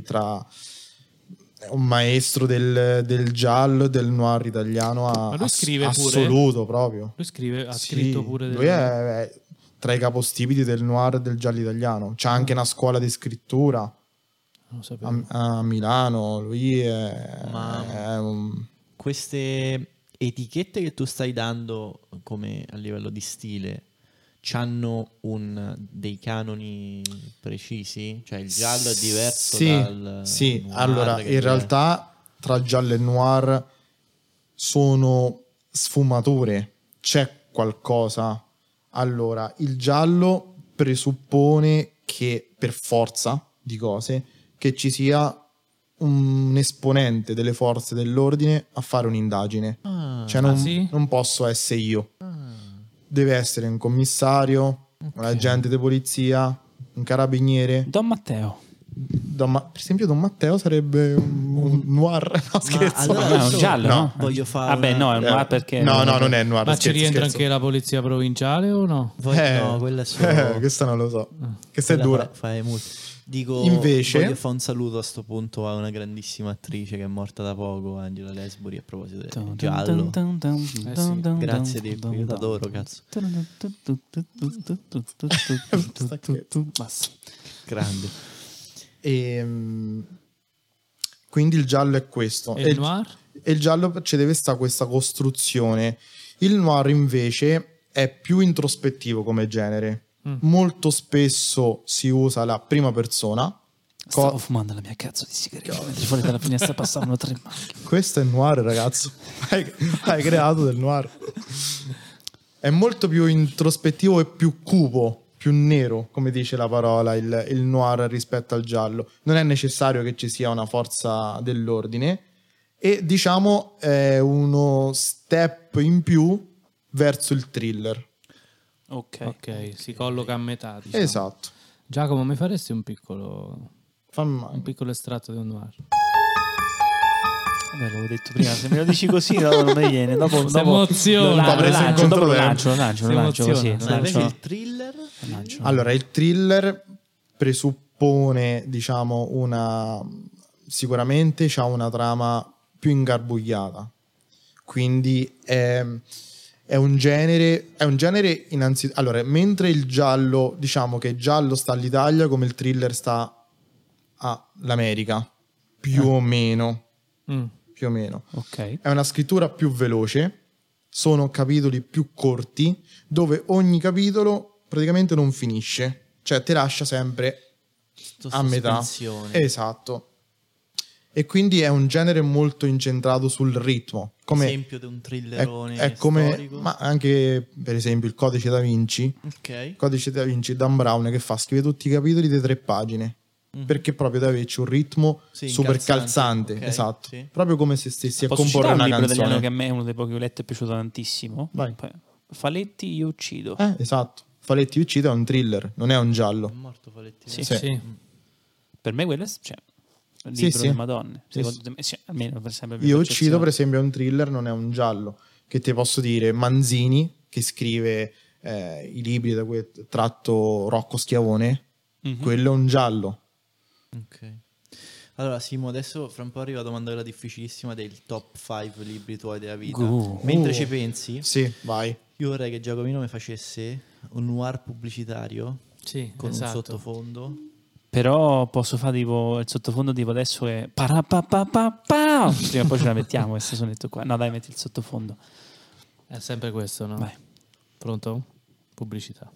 è un maestro del giallo e del noir italiano Ma lui scrive pure? assoluto proprio. Lui scrive, ha Sì, scritto pure lui è tra i capostipiti del noir e del giallo italiano. C'ha anche una scuola di scrittura Non lo sapevo. a Milano. Lui Ma- è un... Queste etichette che tu stai dando come a livello di stile c'hanno dei canoni precisi? Cioè il giallo è diverso Sì, dal sì. noir, Allora, che in è- realtà tra giallo e noir sono sfumature, c'è qualcosa. Allora, il giallo presuppone che per forza di cose che ci sia un esponente delle forze dell'ordine a fare un'indagine. Cioè non, sì? non posso essere io. Deve essere un commissario, un agente di polizia, un carabiniere. Don Matteo. per esempio Don Matteo sarebbe un noir. No, scherzo. allora No, è un adesso giallo, no? voglio fare Vabbè, una- no, è un noir perché... No, non è noir. Ma ci scherzo, rientra scherzo. anche la polizia provinciale o no? No, quella è solo... Questa non lo so. Questa è quella dura. fai multe. Dico, Invece- voglio fare un saluto a sto punto a una grandissima attrice che è morta da poco, Angela Lesbury, a proposito del giallo. Grazie Diego, io t'adoro, cazzo. Basta. Grande. Quindi il giallo è questo. E il noir? E il giallo ci deve stare questa costruzione. Il noir invece è più introspettivo come genere. Molto spesso si usa la prima persona. Stavo fumando la mia cazzo di sigaretta mentre fuori dalla finestra passavano 3 macchine. Questo è noir, ragazzo. Hai creato del noir. È molto più introspettivo e più cupo, più nero, come dice la parola, il noir rispetto al giallo. Non è necessario che ci sia una forza dell'ordine e diciamo è uno step in più verso il thriller. Ok, si colloca a metà. Diciamo. Esatto. Giacomo, mi faresti un piccolo estratto di un noir? Vabbè, l'avevo detto prima, se me lo dici così dopo non mi viene. Dopo emoziona. lo lancio, dopo lo lancio Si così. emoziona. lo Ma invece lancio- il thriller? lo lancio. Allora, il thriller presuppone, diciamo, sicuramente c'ha una trama più ingarbugliata. Quindi è un genere innanzitutto. Allora, mentre il giallo, diciamo che il giallo sta all'Italia come il thriller sta all'America, più o meno. Più o meno. Ok. È una scrittura più veloce, sono capitoli più corti, dove ogni capitolo praticamente non finisce, cioè ti lascia sempre a metà. Esatto. E quindi è un genere molto incentrato sul ritmo. Come Esempio di un thrillerone è come, storico. ma anche per esempio il Codice da Vinci. Ok. Il Codice da Vinci, Dan Brown, che scrive tutti i capitoli di 3 pagine. Perché proprio deve averci un ritmo Sì, super incalzante, calzante, ok, esatto. sì. Proprio come se stessi a Posso comporre citare un una libro italiano canzone. che a me è uno dei pochi che ho letto e è piaciuto tantissimo? Vai. Faletti io uccido. Esatto. Faletti uccide è un thriller, non è un giallo. È morto Faletti. Sì. Sì. Per me quello è il Sì, libro sì. delle Madonne. Sì, Secondo me, sì, almeno per sempre per Io percezione. uccido, per esempio, è un thriller, non è un giallo. Che ti posso dire, Manzini, che scrive i libri da cui è tratto Rocco Schiavone, quello è un giallo. Ok. Allora Simo, adesso fra un po' arriva la domanda quella difficilissima del top 5 libri tuoi della vita. Mentre ci pensi, Sì, vai. io vorrei che Giacomino mi facesse un noir pubblicitario Sì, con un esatto. sottofondo. Però posso fare tipo il sottofondo tipo adesso è parapapapapà. Prima o poi ce la mettiamo questo sonetto qua. No, dai, metti il sottofondo. È sempre questo, no? Vai. Pronto? Pubblicità.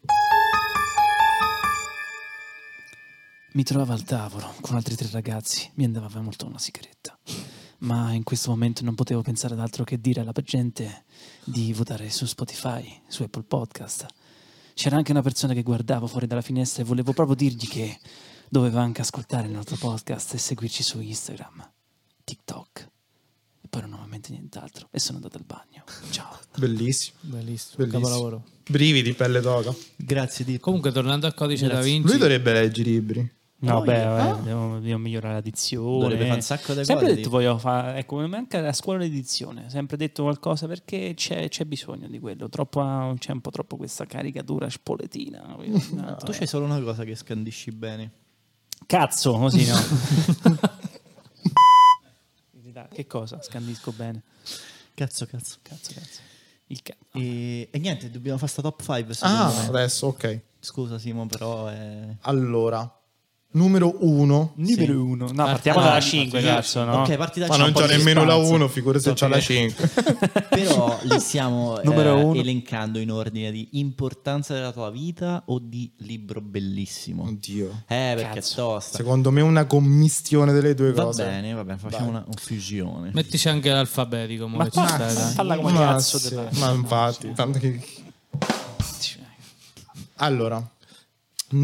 Mi trovavo al tavolo con altri 3 ragazzi, mi andava molto una sigaretta, ma in questo momento non potevo pensare ad altro che dire alla gente di votare su Spotify, su Apple Podcast. C'era anche una persona che guardava fuori dalla finestra e volevo proprio dirgli che doveva anche ascoltare il nostro podcast e seguirci su Instagram, TikTok e poi non ho mente nient'altro e sono andato al bagno. Ciao. Bellissimo. Bellissimo. Bellissimo. Capolavoro. Brividi, pelle d'oca. Grazie di Comunque, tornando al Codice da Vinci, Lui dovrebbe leggere i libri. No, Oh, devo migliorare la dizione. Dovrebbe fare un sacco di Sempre cose, detto tipo. voglio fare, ecco, anche a scuola di edizione, sempre detto qualcosa perché c'è bisogno di quello. C'è un po' troppo questa caricatura spoletina. Tu c'hai solo una cosa che scandisci bene. Cazzo, così no. Che cosa? Scandisco bene. Cazzo. Cazzo. Il cazzo. E niente, dobbiamo fare sta top 5 Adesso, ok. Scusa Simo, però è... Allora, numero 1. Numero 1. No, partiamo dalla 5, cazzo, no? Ok, parti da Ma non cinque. c'ha nemmeno la distanza. 1, figurati se c'ha la 5. Però li stiamo Numero uno. elencando in ordine di importanza della tua vita o di libro bellissimo. Oddio. Perché è Cazzo. tosta. Secondo me una commistione delle due Va cose. bene, facciamo una fusione. mettici anche l'alfabetico. Mo che ci stai, dai. Falla come Ma cazzo sì, te pare. ma infatti, tanto che... Allora,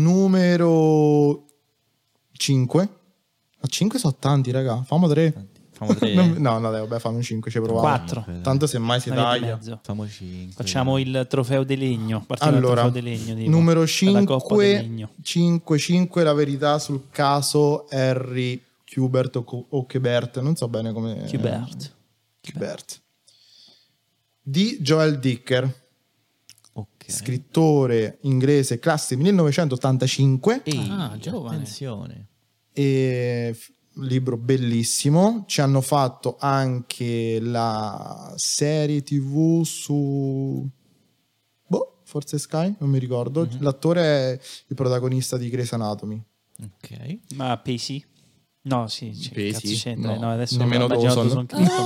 numero 5. Ma 5 sono tanti, raga. Famo 3. Famo 3. No, dai, vabbè, fanno 5, ci proviamo. 4. Tanto se mai si Una via e taglia. mezzo. Famo 5. Facciamo il trofeo di legno. Partiamo dal Allora, trofeo di legno. tipo, numero dalla coppa di 5, legno. 5, la verità sul caso Harry Kubert o Kubert, non so bene come... Kubert. Di Joel Dicker, Ok. scrittore inglese, classe 1985. Ehi, giovane. attenzione. E libro bellissimo. Ci hanno fatto anche la serie TV su forse Sky, non mi ricordo. L'attore è il protagonista di Grey's Anatomy. Ok. Ma Pacey? No, sì, Pacey? cazzo c'entra. No, No, adesso nemmeno ho immaginato Dawson.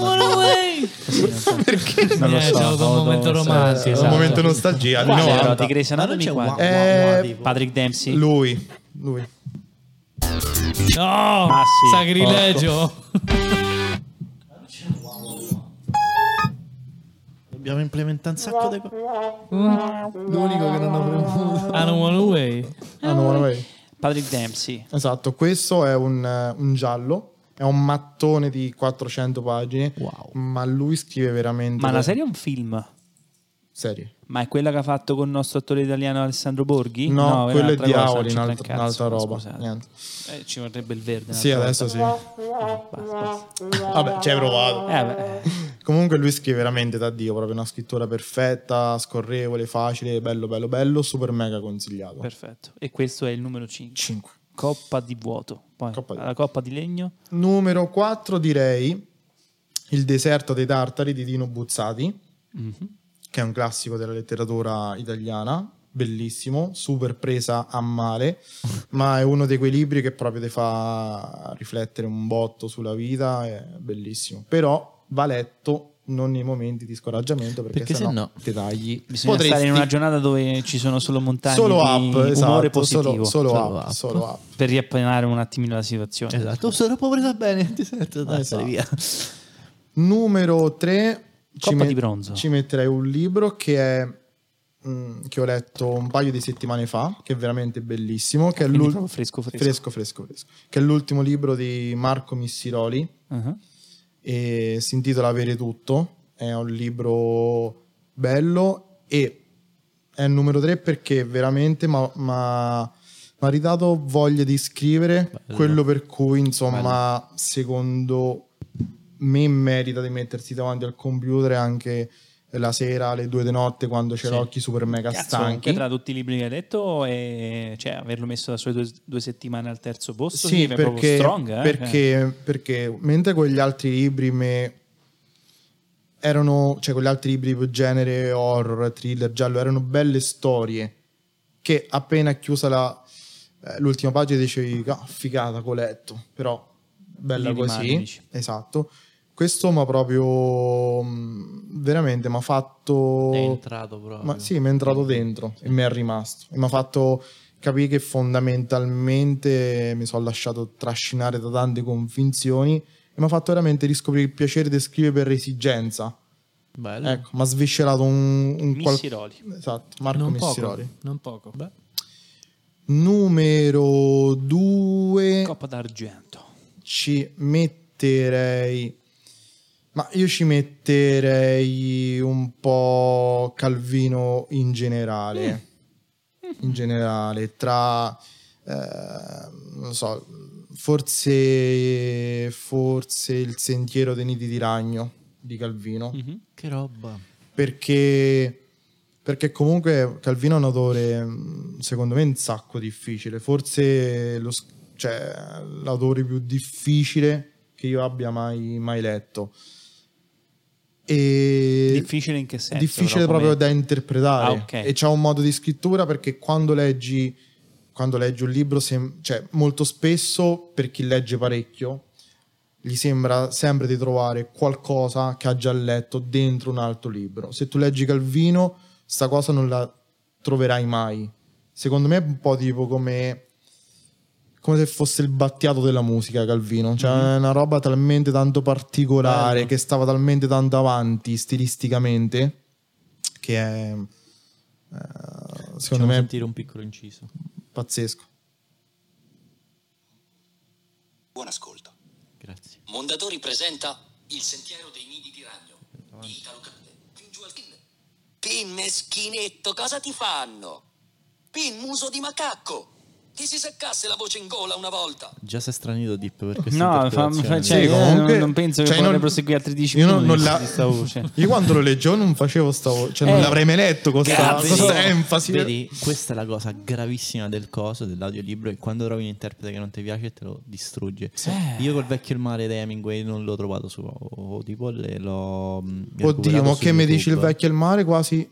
Perché? Non lo so. c'è avuto un momento romantico. Un esatto. momento nostalgia. Quale anni era 90. di Grey's Anatomy? Quale? Patrick Dempsey. Lui. No, sì, sacrilegio. Dobbiamo implementare un sacco di cose. L'unico che non avremmo... I don't wanna wait. Patrick Dempsey. Esatto, questo è un giallo, è un mattone di 400 pagine, Wow. ma lui scrive veramente... Ma la serie è un film? Serie. Ma è quella che ha fatto con il nostro attore italiano Alessandro Borghi? No, è quello è un'altra di cosa, Aoli, non c'entra un un'altra cazzo, roba. scusate. Niente. Ci vorrebbe il verde. Sì, un'altra adesso volta. sì. Basta. Vabbè, ci hai provato. Vabbè. Comunque lui scrive veramente da Dio, proprio una scrittura perfetta, scorrevole, facile, bello, super mega consigliato. Perfetto. E questo è il numero 5. 5. Coppa di vuoto. Poi Coppa di la coppa di legno. Numero 4 direi Il deserto dei tartari di Dino Buzzati, che è un classico della letteratura italiana, bellissimo, super presa a male, ma è uno di quei libri che proprio ti fa riflettere un botto sulla vita, è bellissimo. Però va letto non nei momenti di scoraggiamento, perché se sennò no ti tagli. Bisogna stare in una giornata dove ci sono solo montagne solo di up, umore esatto, positivo. solo up. Per riappianare un attimino la situazione. Esatto, sono povertà bene, ti sento, dai, Esatto. via. Numero 3 Coppa di bronzo. ci metterei un libro che che ho letto un paio di settimane fa, che è veramente bellissimo, che è Quindi proprio fresco. che è l'ultimo libro di Marco Missiroli, Uh-huh. e si intitola Avere tutto. È un libro bello e è il numero 3 perché veramente mi ha ridato voglia di scrivere, quello per cui insomma secondo me merita di mettersi davanti al computer anche la sera alle 2 di notte quando c'è l'occhi super mega Cazzo, stanchi. anche tra tutti i libri che hai letto e cioè averlo messo da sole 2 settimane al terzo posto Sì, è proprio perché, strong, perché mentre quegli altri libri erano, cioè quegli altri libri di genere horror, thriller, giallo, erano belle storie che appena chiusa l'ultima pagina dicevi figata, che ho letto, però bella Lì così, rimani, dici. esatto. Questo mi ha proprio veramente mi ha fatto È entrato proprio. sì, mi è entrato dentro e mi è rimasto e mi ha fatto capire che fondamentalmente mi sono lasciato trascinare da tante convinzioni e mi ha fatto veramente riscoprire il piacere di scrivere per esigenza. Bello. Ecco, mi ha sviscerato un Missiroli. esatto, Marco Non Missiroli. poco, non poco. Beh. Numero 2 Coppa d'argento. ci metterei, ma io ci metterei un po' Calvino in generale. In generale, tra non so, forse Il sentiero dei nidi di ragno di Calvino. Che roba. Perché comunque Calvino è un autore secondo me un sacco difficile, forse l'autore più difficile che io abbia mai letto. E Difficile in che senso? difficile però, proprio come- da interpretare. ok. E c'ha un modo di scrittura perché quando leggi un libro cioè molto spesso per chi legge parecchio gli sembra sempre di trovare qualcosa che ha già letto dentro un altro libro. Se tu leggi Calvino sta cosa non la troverai mai. Secondo me è un po' tipo come se fosse il Battiato della musica, Calvino. Cioè è una roba talmente tanto particolare, Bello. che stava talmente tanto avanti stilisticamente, che è secondo Facciamo me sentire un piccolo inciso. pazzesco. Buon ascolto. Grazie. Molti Mondadori presenta Il sentiero dei nidi di ragno di Italo Calve. Fin giù al Pin. Pin, meschinetto, cosa ti fanno? Pin, muso di macaco. Ti si seccasse la voce in gola una volta. Già si è stranito Dip per questa No, interpretazione. cioè, Sì, comunque- non penso che cioè, vorrei non- proseguire altri 10 io minuti non di la- questa voce. Io quando lo leggevo non facevo sta voce, cioè non l'avrei mai letto con Cazzo. questa enfasi. Vedi, questa è la cosa gravissima del coso, dell'audiolibro, che quando trovi un interprete che non ti piace te lo distrugge. Io col Vecchio il mare di Hemingway non l'ho trovato su Audible e l'ho Oddio, ma che mi dici il Vecchio e il mare quasi...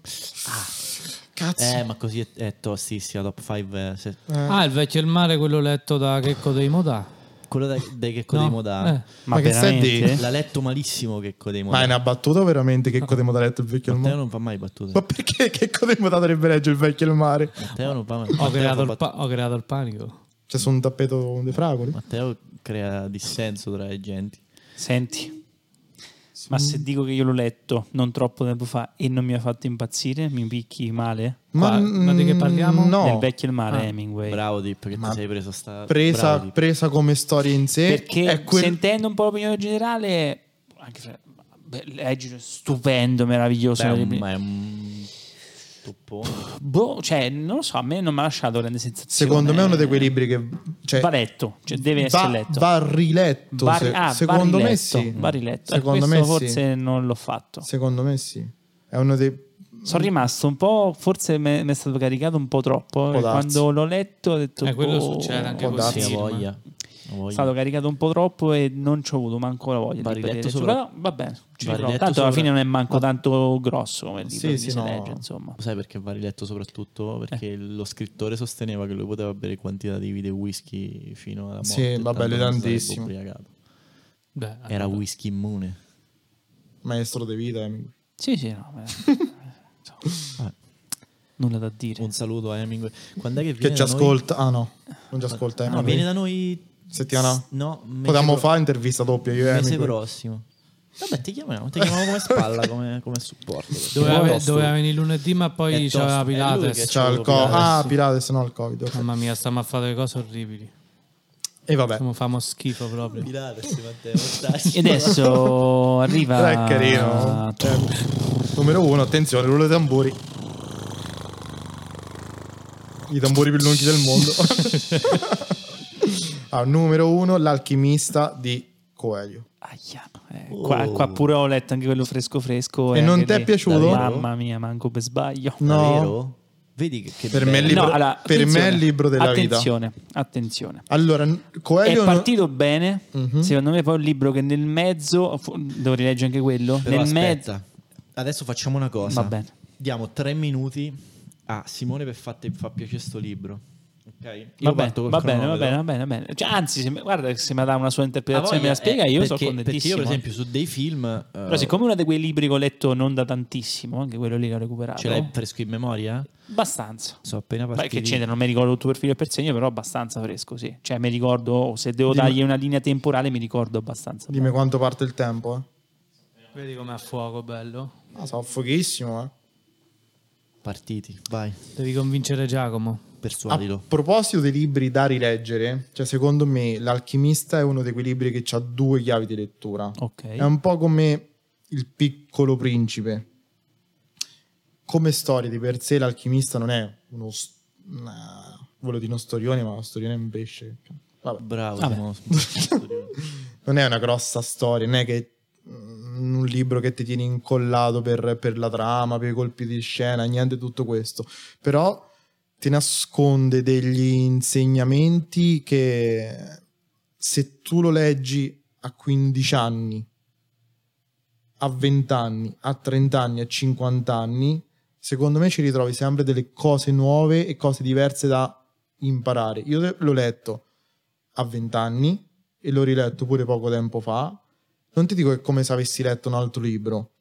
Cazzo. Ma così è tostissima, top 5. Ah, il Vecchio e il mare, quello letto da Checco dei Modà. Quello dei Checco No, dei Modà. Ma che stai veramente? di? L'ha letto malissimo Checco dei Ma Modà. è una battuta veramente che Codemo da letto il Vecchio e il Matteo mare? non fa mai battute. Ma perché che Codemo dovrebbe leggere il Vecchio e il mare? Matteo non fa mai Ho creato il panico. C'è su un tappeto di fragole? Matteo crea dissenso tra le genti. Senti, ma se dico che io l'ho letto non troppo tempo fa e non mi ha fatto impazzire, mi picchi male? Ma di che parliamo? No, Del Vecchio e il mare Hemingway. Bravo Dip, che Ma ti sei preso sta... presa, Bravo, Dip. presa come storia in sé. Perché è quel- sentendo un po' l'opinione generale, anche se leggilo, è stupendo, meraviglioso. Beh, ma è un toppone. Boh, cioè, non lo so, a me non mi ha lasciato grande sensazione. Secondo me è uno di quei libri che... Cioè, Va letto, cioè deve essere letto. Va riletto. Secondo me sì. Va riletto. Secondo Questo me sì. forse non l'ho fatto. Secondo me sì. È uno dei... Sono rimasto un po', forse mi è stato caricato un po' troppo. Può darsi. Quando l'ho letto ho detto... Quello boh, succede anche può con darsi. Sì, il ha film. voglia. Ha voglia. È stato caricato un po' troppo e non ci ho avuto manco la voglia Va di riletto vedere. sopra- Però, va bene, ci va riprovo. riletto Tanto alla sopra- fine non è manco tanto grosso come il libro Sì, che sì, si no. legge, insomma. Sai perché va riletto soprattutto? Perché lo scrittore sosteneva che lui poteva bere quantitativi di whisky fino alla morte. Sì, vabbè, tanto non sarebbe tantissimo. ubriacato. Beh, Era whisky immune. Maestro di vita. Hemingway. Sì, sì, no. Vabbè. Nulla da dire. Un saluto a Hemingway. Quando è che Che viene ci da noi? ascolta. Ah no, non ci ascolta. No, Hemingway. viene da noi Settimana? No, mese Potevamo pro- fare intervista doppia io e mese Hemingway. prossimo. Vabbè, ti chiamiamo come spalla, come supporto. doveva venire lunedì, ma È poi tosto. c'aveva È lui Pilates. che C'ha il Pilates. Pilates, no il Covid. ok. Mamma mia, stiamo a fare delle cose orribili. E vabbè. Famo schifo proprio. Pilates, Matteo. E adesso arriva... Però è carino. Numero 1, attenzione, rullo dei tamburi. I tamburi più lunghi del mondo. Numero 1, l'alchimista di Coelho. Aia, qua pure ho letto anche quello fresco fresco. E non anche ti è lì- piaciuto? Mamma mia, manco per sbaglio. No, Davvero? Vedi che per me è il bello. libro, allora, per me è il attenzione, libro della vita. Attenzione. Allora, Coelho È partito bene, Mhm. secondo me poi è un libro che nel mezzo, devo rileggere anche quello, Però nel mezzo... aspetta, adesso facciamo una cosa. Va bene. Diamo 3 minuti a Simone per fa piacere sto libro. Ok? Io Va bene, parto col va bene, va cronometro. bene, va bene. Cioè, anzi, guarda che se mi dà una sua interpretazione e me la voglia, spiega, io sono perché io contentissimo. per esempio su dei film Però siccome uno di quei libri che ho letto non da tantissimo, anche quello lì che ho recuperato, ce l'hai fresco in memoria? abbastanza. Sono appena Beh, partiti. che c'entra, non mi ricordo tutto per filo e per segno, però abbastanza fresco, sì. Cioè, mi ricordo, se devo Dimmi- dargli una linea temporale, mi ricordo abbastanza. Dimmi bene. quanto parte il tempo. Vedi com'è a fuoco, bello. Sa a pochissimo. Partiti, vai, Devi convincere Giacomo. A persuadilo. proposito dei libri da rileggere, cioè secondo me L'alchimista è uno di quei libri che ha 2 chiavi di lettura. Ok. È un po' come Il Piccolo Principe. Come storia di per sé L'alchimista non è quello di uno storione, ma uno storione in pesce. Vabbè. Bravo, Vabbè. siamo- Non è una grossa storia, non è che un libro che ti tieni incollato per la trama, per i colpi di scena, niente di tutto questo. Però ti nasconde degli insegnamenti che se tu lo leggi a 15 anni, a 20 anni, a 30 anni, a 50 anni, secondo me ci ritrovi sempre delle cose nuove e cose diverse da imparare. Io l'ho letto a 20 anni e l'ho riletto pure poco tempo fa. Non ti dico che è come se avessi letto un altro libro,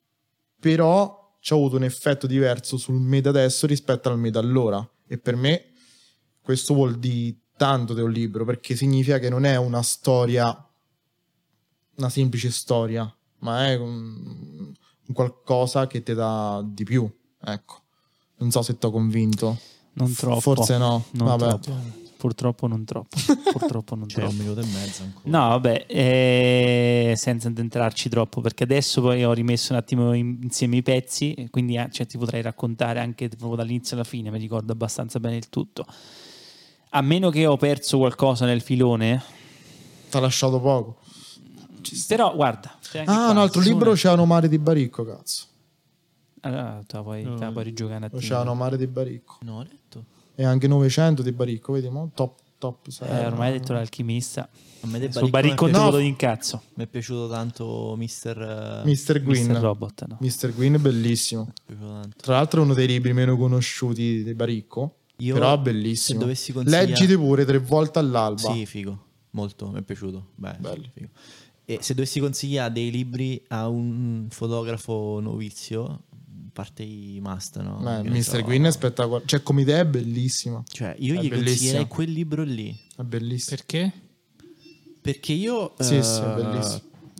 però ci ha avuto un effetto diverso sul me da adesso rispetto al me da allora. E per me questo vuol dire tanto di un libro, perché significa che non è una storia, una semplice storia, ma è un qualcosa che ti dà di più. Ecco, non so se ti ho convinto. Non troppo. Forse no. Non Vabbè. troppo. Purtroppo non troppo. Purtroppo non C'è troppo. un minuto e mezzo ancora. No, vabbè, senza entrarci troppo, perché adesso poi ho rimesso un attimo insieme i pezzi, e quindi cioè, ti potrei raccontare anche proprio dall'inizio alla fine, mi ricordo abbastanza bene il tutto. A meno che ho perso qualcosa nel filone, T'ha lasciato poco. però guarda, c'è anche Ah, qua, un altro ci libro, sono- Oceano Mare di Baricco, cazzo. Allora, te la puoi rigiocare un attimo. Oceano Mare di Baricco. No, ho letto. E anche 900 di Baricco, vedi, mo? Top. Ormai hai detto l'alchimista. A me De Sul Baricco baricco mi è no. No. di incazzo. Mi è piaciuto tanto Mr. Mr. Gwyn. Mr. Robot, no. Mr. Gwyn è bellissimo. Mi è piaciuto tanto. Tra l'altro è uno dei libri meno conosciuti di Baricco. Io, però è se bellissimo. dovessi consigliare- Leggiti pure 3 volte all'alba. Sì, figo. Molto, mi è piaciuto. Beh, Bello. figo. E se dovessi consigliare dei libri a un fotografo novizio, a parte i must, no? Che ne Mr. so. Gwyn è spettacolare. Cioè, come idea è bellissima. Cioè, io È gli bellissimo. consiglierei quel libro lì. È bellissima. Perché? Perché io... Sì, sì, è bellissimo.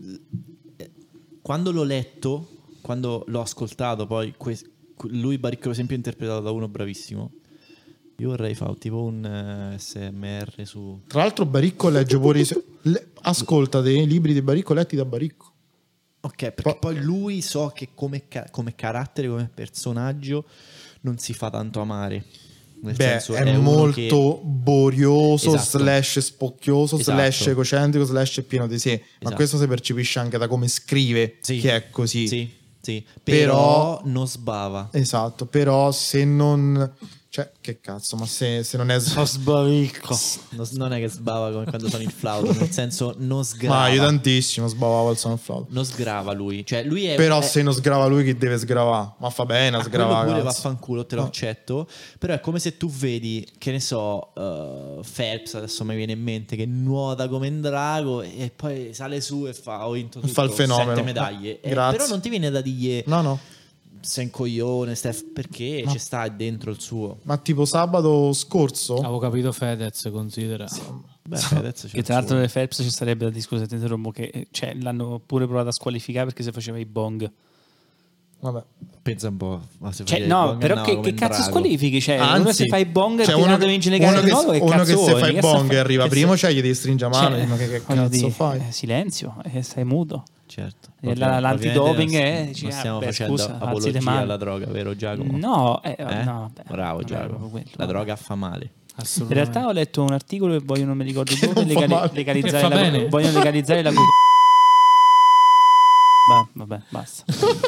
Quando l'ho letto, quando l'ho ascoltato, poi lui Baricco per esempio è interpretato da uno bravissimo. Io vorrei fare tipo un SMR su... Tra l'altro Baricco legge pure ascolta dei libri di Baricco letti da Baricco. Ok, perché poi lui so che come carattere, come personaggio non si fa tanto amare. Nel senso, è uno molto borioso, Esatto. slash spocchioso, Esatto. slash egocentrico, slash pieno di sé. Ma Esatto. questo si percepisce anche da come scrive Sì. che è così. Sì, sì. Però- Però non sbava. Esatto, però se non... Cioè, che cazzo, ma se non è... Sbavicco. Non è che sbava come quando sono il flauto, nel senso non sgrava. Ma io tantissimo sbavavo il sonflauto. Non sgrava lui. Cioè lui è... Però è- se non sgrava lui, chi deve sgravare? Ma fa bene a quello sgravare, pure cazzo. vaffanculo, te lo accetto. Però è come se tu vedi, che ne so, Phelps, adesso mi viene in mente, che nuota come un drago e poi sale su e fa: ho vinto tutto, Fa il fenomeno. 7 medaglie. Grazie. Però non ti viene da dire No. sei un coglione, Steph, perché ci sta dentro il suo. Ma tipo sabato scorso... Avevo capito Fedez, considera. Beh, adesso c'è Che il tra l'altro suo. nelle Phelps ci sarebbe da discutere, ti interrompo, che cioè, l'hanno pure provato a squalificare perché se faceva i bong. Vabbè. Pensa un po'. Ma se Cioè, fai il no, bong però andava come che un cazzo drago. squalifichi? Cioè, Anzi, uno se fa i bong cioè, e tirato vince le gare di nuovo, che uno cazzo che se vuoi? fa i Che bong sta- e arriva che primo, se- cioè gli devi stringere a mano, Cioè, ma che voglio cazzo dire, fai? silenzio, stai muto. Certo. E l'antidoping è... Non dici, stiamo beh, facendo scusa, alzi le apologia mani. alla droga, vero Giacomo? No, Eh? no, beh, Bravo non era Giacomo. proprio quello, La vabbè. droga fa male. In Assolutamente. realtà ho letto un articolo e vogliono, non mi ricordo dove, non fa male. legalizzare Che fa la, bene. vogliono legalizzare la vabbè, basta.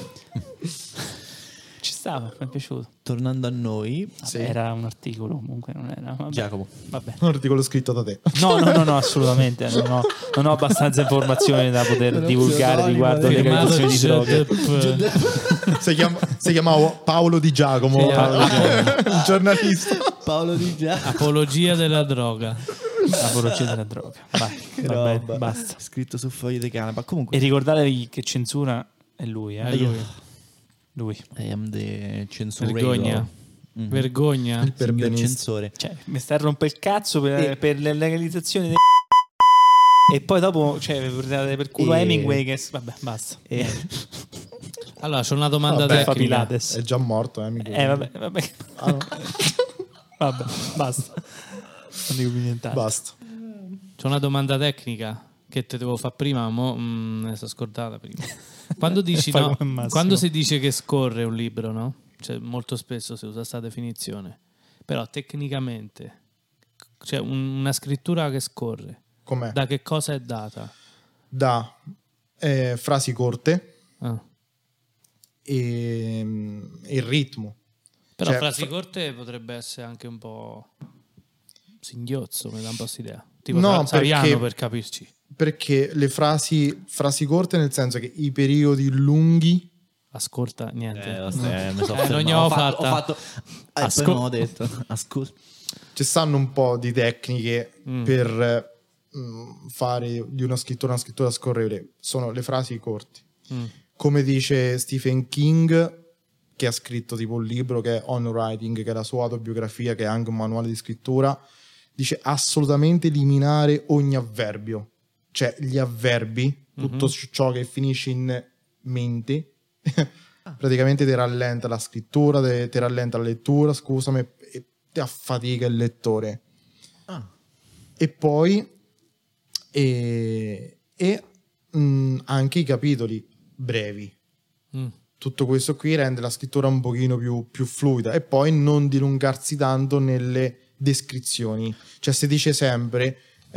Ci stava, mi è piaciuto. Tornando a noi, Vabbè, Sì. era un articolo, comunque non era. Vabbè, Giacomo. vabbè. Un articolo scritto da te. No, assolutamente. Non ho abbastanza informazioni da poter divulgare riguardo le Firmato legalizzazioni di droghe. Giuseppe. Si chiamava Paolo Di Giacomo, Paolo Di un giornalista. Paolo Di Giacomo. Apologia della droga. Apologia della droga. Vai, vabbè, basta. Scritto su foglie di canapa. Comunque, E ricordatevi che censura è lui, È lui. Lui. I am the censurator. Vergogna. Mhm. Vergogna. Il Signor perbenista. censore. Cioè, mi sta a rompere il cazzo per le legalizzazioni e poi dopo, cioè, per culo E- Hemingway che... Vabbè, basta. E- Allora, c'è una domanda Vabbè, Fa tecnica. Pilates. È già morto, amico. Vabbè. Ah, no. Vabbè, basta. Non dico più nient'altro. Basta. C'è una domanda tecnica che te devo fare prima, ma me ne sono scordata prima. Quando dici Fai no, come Massimo. quando si dice che scorre un libro, no? Cioè, molto spesso si usa questa definizione. Però tecnicamente, cioè una scrittura che scorre, Com'è? da che cosa è data? Da frasi corte Ah. e il ritmo. Però Cioè, frasi corte potrebbe essere anche un po' singhiozzo, mi dà un po' quest'idea. Tipo No, Saviano perché- per capirci. Perché le frasi corte nel senso che i periodi lunghi Ascolta, niente. mi sono non fermato. ne ho fatta. Poi non ho detto. Ascolta. ci stanno un po' di tecniche Mm. per fare di una scrittura scorrevole. Sono le frasi corte. Mm. Come dice Stephen King, che ha scritto tipo un libro che è On Writing, che è la sua autobiografia, che è anche un manuale di scrittura, dice assolutamente eliminare ogni avverbio. Cioè gli avverbi, tutto ciò che finisce in mente, praticamente ti rallenta la scrittura, ti rallenta la lettura, scusami, e ti affatica il lettore. E poi anche i capitoli brevi. Tutto questo qui rende la scrittura un pochino più fluida, e poi non dilungarsi tanto nelle descrizioni. Cioè, si dice sempre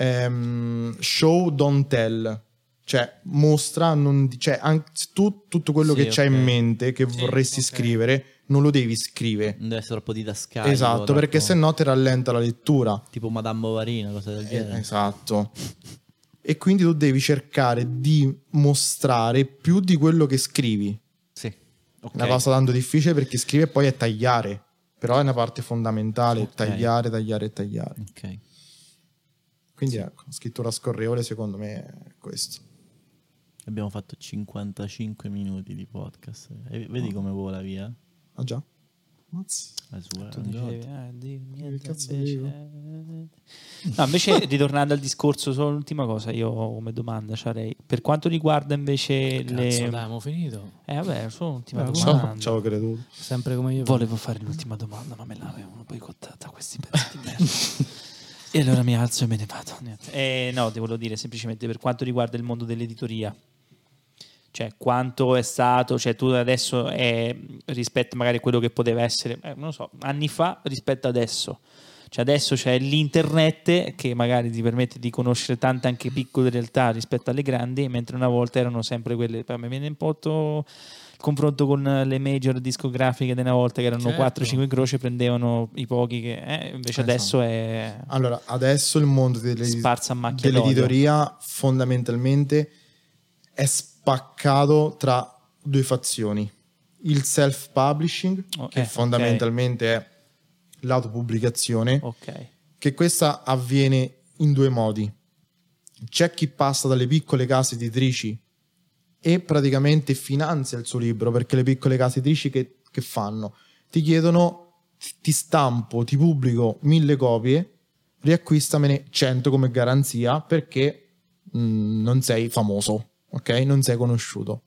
show don't tell, cioè mostra, cioè anche tu tutto quello che c'hai in mente che vorresti scrivere non lo devi scrivere, non deve essere troppo didascalico. Esatto, perché sennò ti rallenta la lettura, tipo Madame Bovary, una cosa del genere. Esatto. E quindi tu devi cercare di mostrare più di quello che scrivi. Sì. Okay. Una cosa tanto difficile, perché scrivere poi è tagliare, però è una parte fondamentale, tagliare. Ok. Quindi ecco, scrittura scorrevole secondo me è questo. Abbiamo fatto 55 minuti di podcast. E vedi come vola via? Ah già? Mazza. Tu dicevi, niente, cazzo no, invece ritornando al discorso, solo l'ultima cosa io come domanda c'arei per quanto riguarda invece Cazzo, le... dai, abbiamo finito. Vabbè, solo l'ultima domanda. Ciao creduto. Sempre come io. Volevo fare l'ultima domanda, ma me l'avevano boicottata questi pezzi di merda. E allora mi alzo e me ne vado. No, devo dire semplicemente per quanto riguarda il mondo dell'editoria. Cioè, quanto è stato, cioè tu adesso rispetto magari a quello che poteva essere, non lo so, anni fa rispetto adesso. Cioè adesso c'è l'internet che magari ti permette di conoscere tante anche piccole realtà rispetto alle grandi, mentre una volta erano sempre quelle, mi viene un po' il confronto con le major discografiche di una volta che erano 4-5 incroci e prendevano i pochi che invece adesso è... Allora, adesso il mondo sparsa a macchia dell'editoria fondamentalmente è spaccato tra due fazioni: il self-publishing, che fondamentalmente è l'autopubblicazione, che questa avviene in due modi. C'è chi passa dalle piccole case editrici e praticamente finanzia il suo libro, perché le piccole case editrici che fanno? Ti chiedono: ti stampo, ti pubblico 1000 copie, riacquistamene 100 come garanzia, perché non sei famoso, ok? Non sei conosciuto.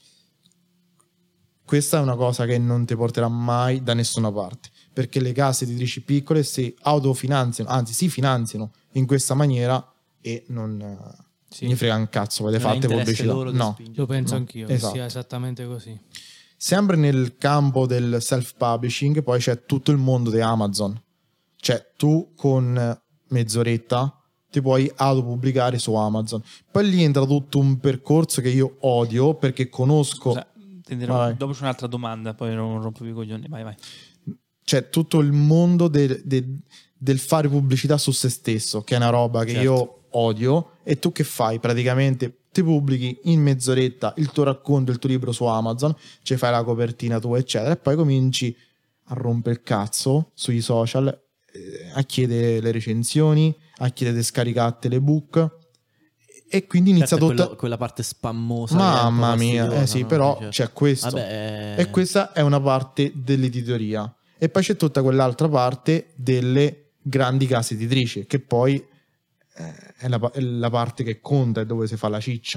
Questa è una cosa che non ti porterà mai da nessuna parte, perché le case editrici piccole si autofinanziano, anzi si finanziano in questa maniera e non ne frega un cazzo, poi le fate pubblicità. No, lo penso anch'io, esatto. che sia esattamente così. Sempre nel campo del self-publishing poi c'è tutto il mondo di Amazon. Cioè tu con mezz'oretta ti puoi autopubblicare su Amazon. Poi lì entra tutto un percorso che io odio, perché conosco... Scusa, dopo c'è un'altra domanda, poi non rompo più i coglioni, vai. C'è tutto il mondo del fare pubblicità su se stesso, che è una roba che io odio. E tu che fai? Praticamente ti pubblichi in mezz'oretta il tuo racconto, il tuo libro su Amazon, ci fai la copertina tua eccetera, e poi cominci a rompere il cazzo sui social, a chiedere le recensioni, a chiedere di scaricate le book, e quindi inizia tutta quella parte spammosa. Mamma mia, sì, no? però Certo. c'è questo. Vabbè. E questa è una parte dell'editoria, e poi c'è tutta quell'altra parte delle grandi case editrici, che poi è la parte che conta, è dove si fa la ciccia.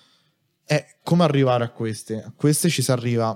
È come arrivare a queste. A queste ci si arriva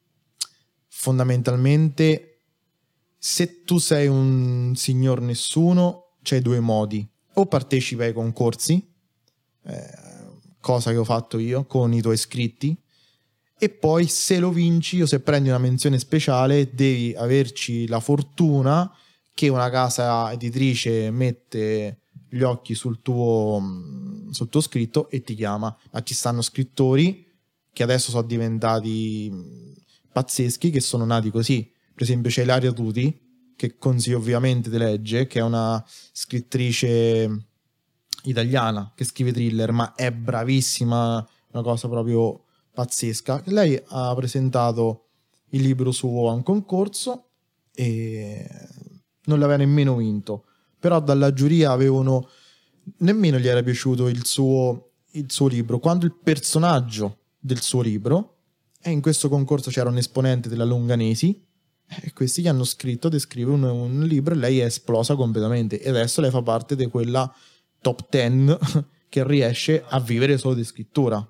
fondamentalmente, se tu sei un signor nessuno, c'hai due modi: o partecipi ai concorsi, cosa che ho fatto io con i tuoi iscritti, e poi se lo vinci o se prendi una menzione speciale devi averci la fortuna che una casa editrice mette gli occhi sul tuo scritto e ti chiama. Ma ci stanno scrittori che adesso sono diventati pazzeschi, che sono nati così. Per esempio c'è Ilaria Tuti, che consiglio ovviamente di leggere, che è una scrittrice italiana che scrive thriller, ma è bravissima, una cosa proprio pazzesca. Lei ha presentato il libro suo a un concorso e non l'aveva nemmeno vinto, però dalla giuria nemmeno gli era piaciuto il suo libro, quando il personaggio del suo libro, e in questo concorso c'era un esponente della Longanesi, e questi gli hanno scritto: descrive un libro, e lei è esplosa completamente, e adesso lei fa parte di quella top 10 che riesce a vivere solo di scrittura.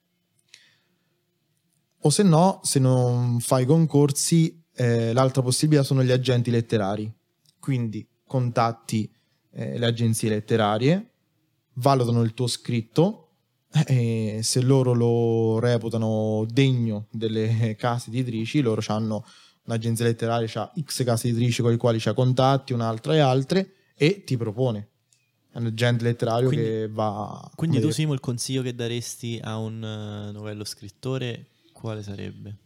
O se no, se non fai concorsi, l'altra possibilità sono gli agenti letterari. Quindi contatti le agenzie letterarie, valutano il tuo scritto, Se loro lo reputano degno delle case editrici, loro hanno un'agenzia letteraria, c'ha X case editrici con le quali c'ha contatti, un'altra e altre, e ti propone. È un agente letterario che va... Quindi tu, Simo, il consiglio che daresti a un novello scrittore quale sarebbe?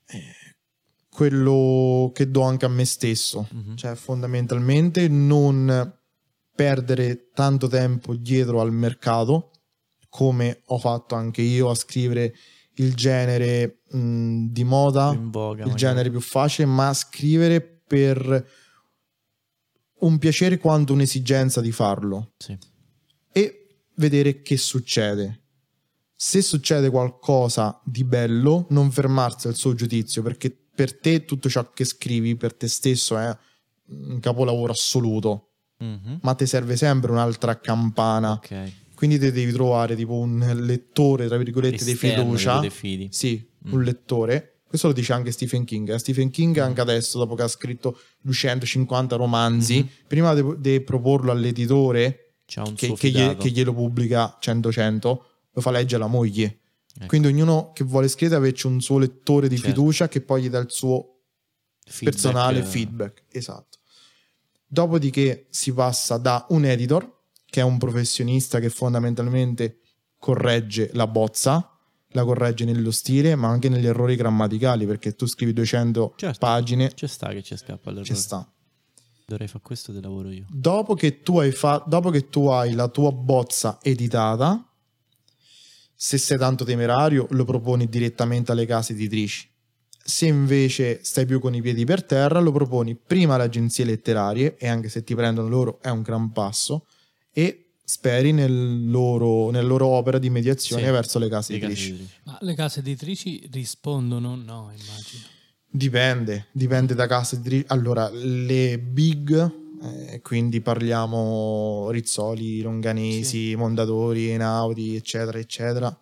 Quello che do anche a me stesso, cioè fondamentalmente non perdere tanto tempo dietro al mercato, come ho fatto anche io a scrivere il genere di moda, In voga, il magari. genere più facile, ma scrivere per un piacere quanto un'esigenza di farlo Sì. e vedere che succede. Se succede qualcosa di bello, non fermarsi al suo giudizio, perché per te tutto ciò che scrivi per te stesso è un capolavoro assoluto, ma ti serve sempre un'altra campana. Ok. Quindi te devi trovare tipo un lettore, tra virgolette, di Esterno, fiducia. che tu te fidi. Sì, un lettore. Questo lo dice anche Stephen King. Stephen King anche adesso, dopo che ha scritto 250 romanzi, prima di proporlo all'editore C'ha un che, suo che fidato. glielo pubblica 100-100, lo fa leggere alla moglie. Ecco. Quindi ognuno che vuole scrivere averci un suo lettore di Certo. fiducia che poi gli dà il suo Feedback, personale feedback. Esatto. Dopodiché si passa da un editor, che è un professionista che fondamentalmente corregge la bozza, la corregge nello stile, ma anche negli errori grammaticali, perché tu scrivi 200 Certo. pagine, Ci sta che ci scappa ci all'errore. sta. Dovrei fare questo, te lavoro io. Dopo che tu hai la tua bozza editata, se sei tanto temerario, lo proponi direttamente alle case editrici. Se invece stai più con i piedi per terra, lo proponi prima alle agenzie letterarie, e anche se ti prendono loro è un gran passo, e speri nella loro opera di mediazione Sì, verso le case le case editrici. editrici. Ma le case editrici rispondono? No, immagino. Dipende da casa editrice. Allora, le big, quindi parliamo Rizzoli, Longanesi, Mondadori, Einaudi, eccetera, eccetera.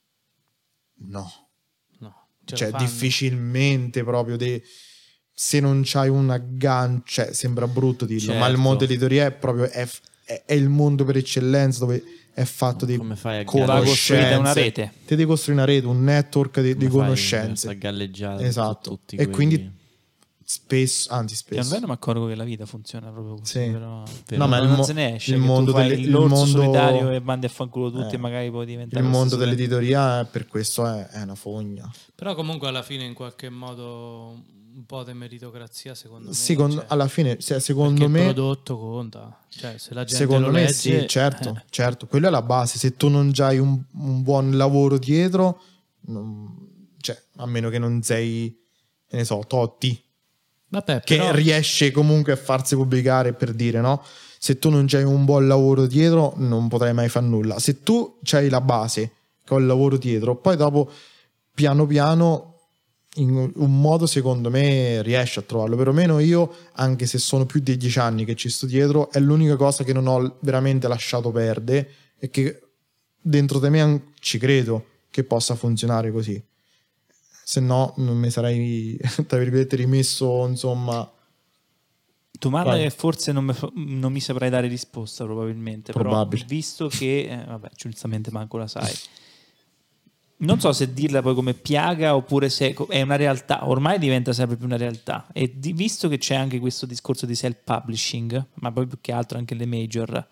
No. No, ce la Cioè, fanno. difficilmente proprio se non c'hai un aggancio, cioè, sembra brutto dirlo, ma il Certo. mondo editoriale è proprio è il mondo per eccellenza, dove è fatto di Come fai a Va costruita una conoscenze. rete. Te devi costruire una rete, un network di Come fai conoscenze. a galleggiare Esatto. su tutti E quelli- quindi spesso, Piano piano mi accorgo che la vita funziona proprio così, Sì. però No, ma non se ne esce, il che mondo tu fai il l'orso mondo- solitario e mandi a fanculo tutti e magari poi diventa il lo mondo stesso tempo. dell'editoria per questo è una fogna. Però comunque alla fine in qualche modo un po' di meritocrazia secondo me. Secondo, cioè, alla fine, secondo perché me, il prodotto conta. Cioè, se la gente secondo lo me legge, sì, certo, quello è la base. Se tu non hai un buon lavoro dietro, cioè, a meno che non sei, che ne so, Totti, vabbè, che però, riesce comunque a farsi pubblicare, per dire, no? Se tu non hai un buon lavoro dietro, non potrai mai fare nulla. Se tu hai la base con il lavoro dietro, poi dopo piano piano in un modo, secondo me, riesci a trovarlo. Perlomeno io, anche se sono più di 10 anni che ci sto dietro, è l'unica cosa che non ho veramente lasciato perdere, e che dentro di me ci credo che possa funzionare così. Se no non mi sarei, tra virgolette, rimesso, insomma. Domanda Vai. che forse non mi saprai dare risposta probabilmente, Probabile. però visto che, vabbè, giustamente manco la sai. Non so se dirla poi come piaga oppure se è una realtà, ormai diventa sempre più una realtà. E visto che c'è anche questo discorso di self-publishing, ma poi più che altro anche le major,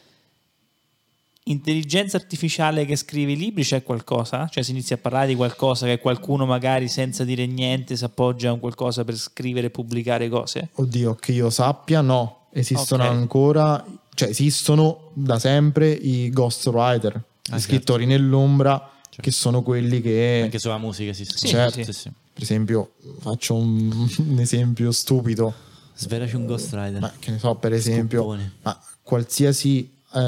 intelligenza artificiale che scrive i libri, c'è qualcosa? Cioè si inizia a parlare di qualcosa che qualcuno magari senza dire niente si appoggia a un qualcosa per scrivere e pubblicare cose? Oddio, che io sappia, no. Esistono Ok. ancora, cioè esistono da sempre i ghostwriter, gli scrittori nell'ombra, che sono quelli che... Anche sulla musica esiste. Sì, certo. sì. Per esempio, faccio un esempio stupido, Svelaci un Ghost Rider. ma che ne so, per esempio, Scoppone. ma qualsiasi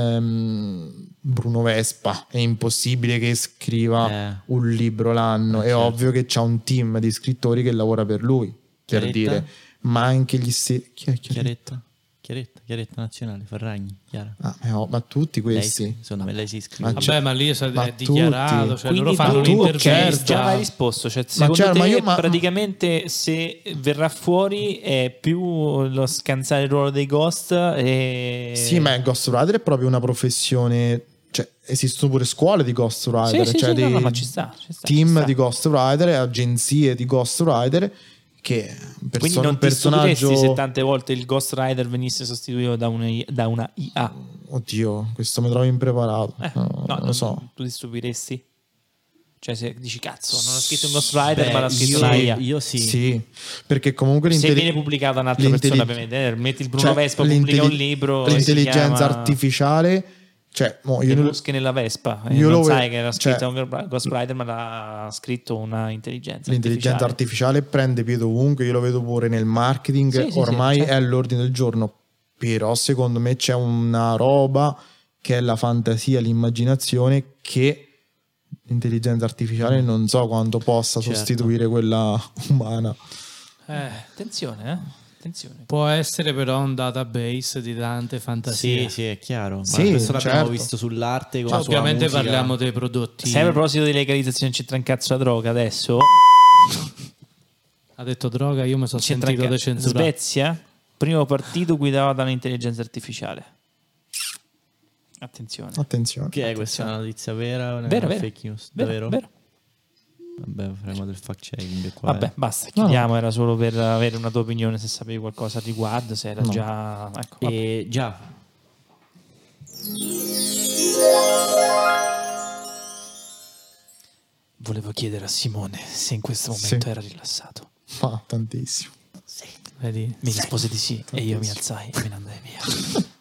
Bruno Vespa è impossibile che scriva un libro l'anno. È certo. ovvio che c'ha un team di scrittori che lavora per lui, per Chiaretta? dire, ma anche gli stessi. Chi è Chiaretta? Chiaretta nazionale, Ferragni, Chiara. Ma tutti questi. Lei, secondo me lei si iscrive. Ma vabbè, ma lì è ma dichiarato, tutti. cioè Quindi loro fanno tu un'intervista. già hai risposto, cioè, secondo certo, te ma io- praticamente se verrà fuori è più lo scansare il ruolo dei ghost e... Sì, ma il ghostwriter è proprio una professione, cioè, esistono pure scuole di ghostwriter, Sì, cioè sì, dei no, ma ci sta, team ci sta. di ghostwriter, agenzie di ghostwriter che Quindi non un ti stupiresti personaggio. se tante volte il Ghost Rider venisse sostituito da una IA. Oddio, questo mi trovo impreparato. No, Non lo so. tu ti stupiresti? Cioè, se dici cazzo, non ho scritto un Ghost Rider, ma l'ha scritto una IA. Io sì. Sì, perché comunque Se viene pubblicato da un'altra persona, per vedere, metti il Bruno Vespa, pubblica un libro. L'intelligenza artificiale, cioè, Le mosche nella Vespa. io Non lo sai che era cioè, scritto un Ghost Rider, ma l'ha scritto una intelligenza l'intelligenza artificiale prende piede ovunque, io lo vedo pure nel marketing, Sì, ormai certo. è all'ordine del giorno, però secondo me c'è una roba che è la fantasia, l'immaginazione, che l'intelligenza artificiale non so quanto possa sostituire quella umana. Attenzione, Attenzione. Può essere però un database di tante fantasie. Sì, sì, è chiaro. Sì, Ma questo l'abbiamo certo. visto sull'arte, Cioè, sulla ovviamente musica. parliamo dei prodotti. Sempre a proposito di legalizzazione, c'entra un cazzo la droga adesso. Ha detto droga, io mi sono C'entra sentito in decensurato. Svezia, primo partito guidato da un'intelligenza artificiale. Attenzione. Attenzione. Che è questa una notizia vera o una Vero, fake news? Davvero? Vero. Vabbè, faremo del fact checking qua. Vabbè, basta, chiudiamo. Era solo per avere una tua opinione, se sapevi qualcosa al riguardo, se era già... Ecco, vabbè. E già. Volevo chiedere a Simone se in questo momento era rilassato. Ma tantissimo. Vedi? Mi rispose di sì e io mi alzai e me ne andai via.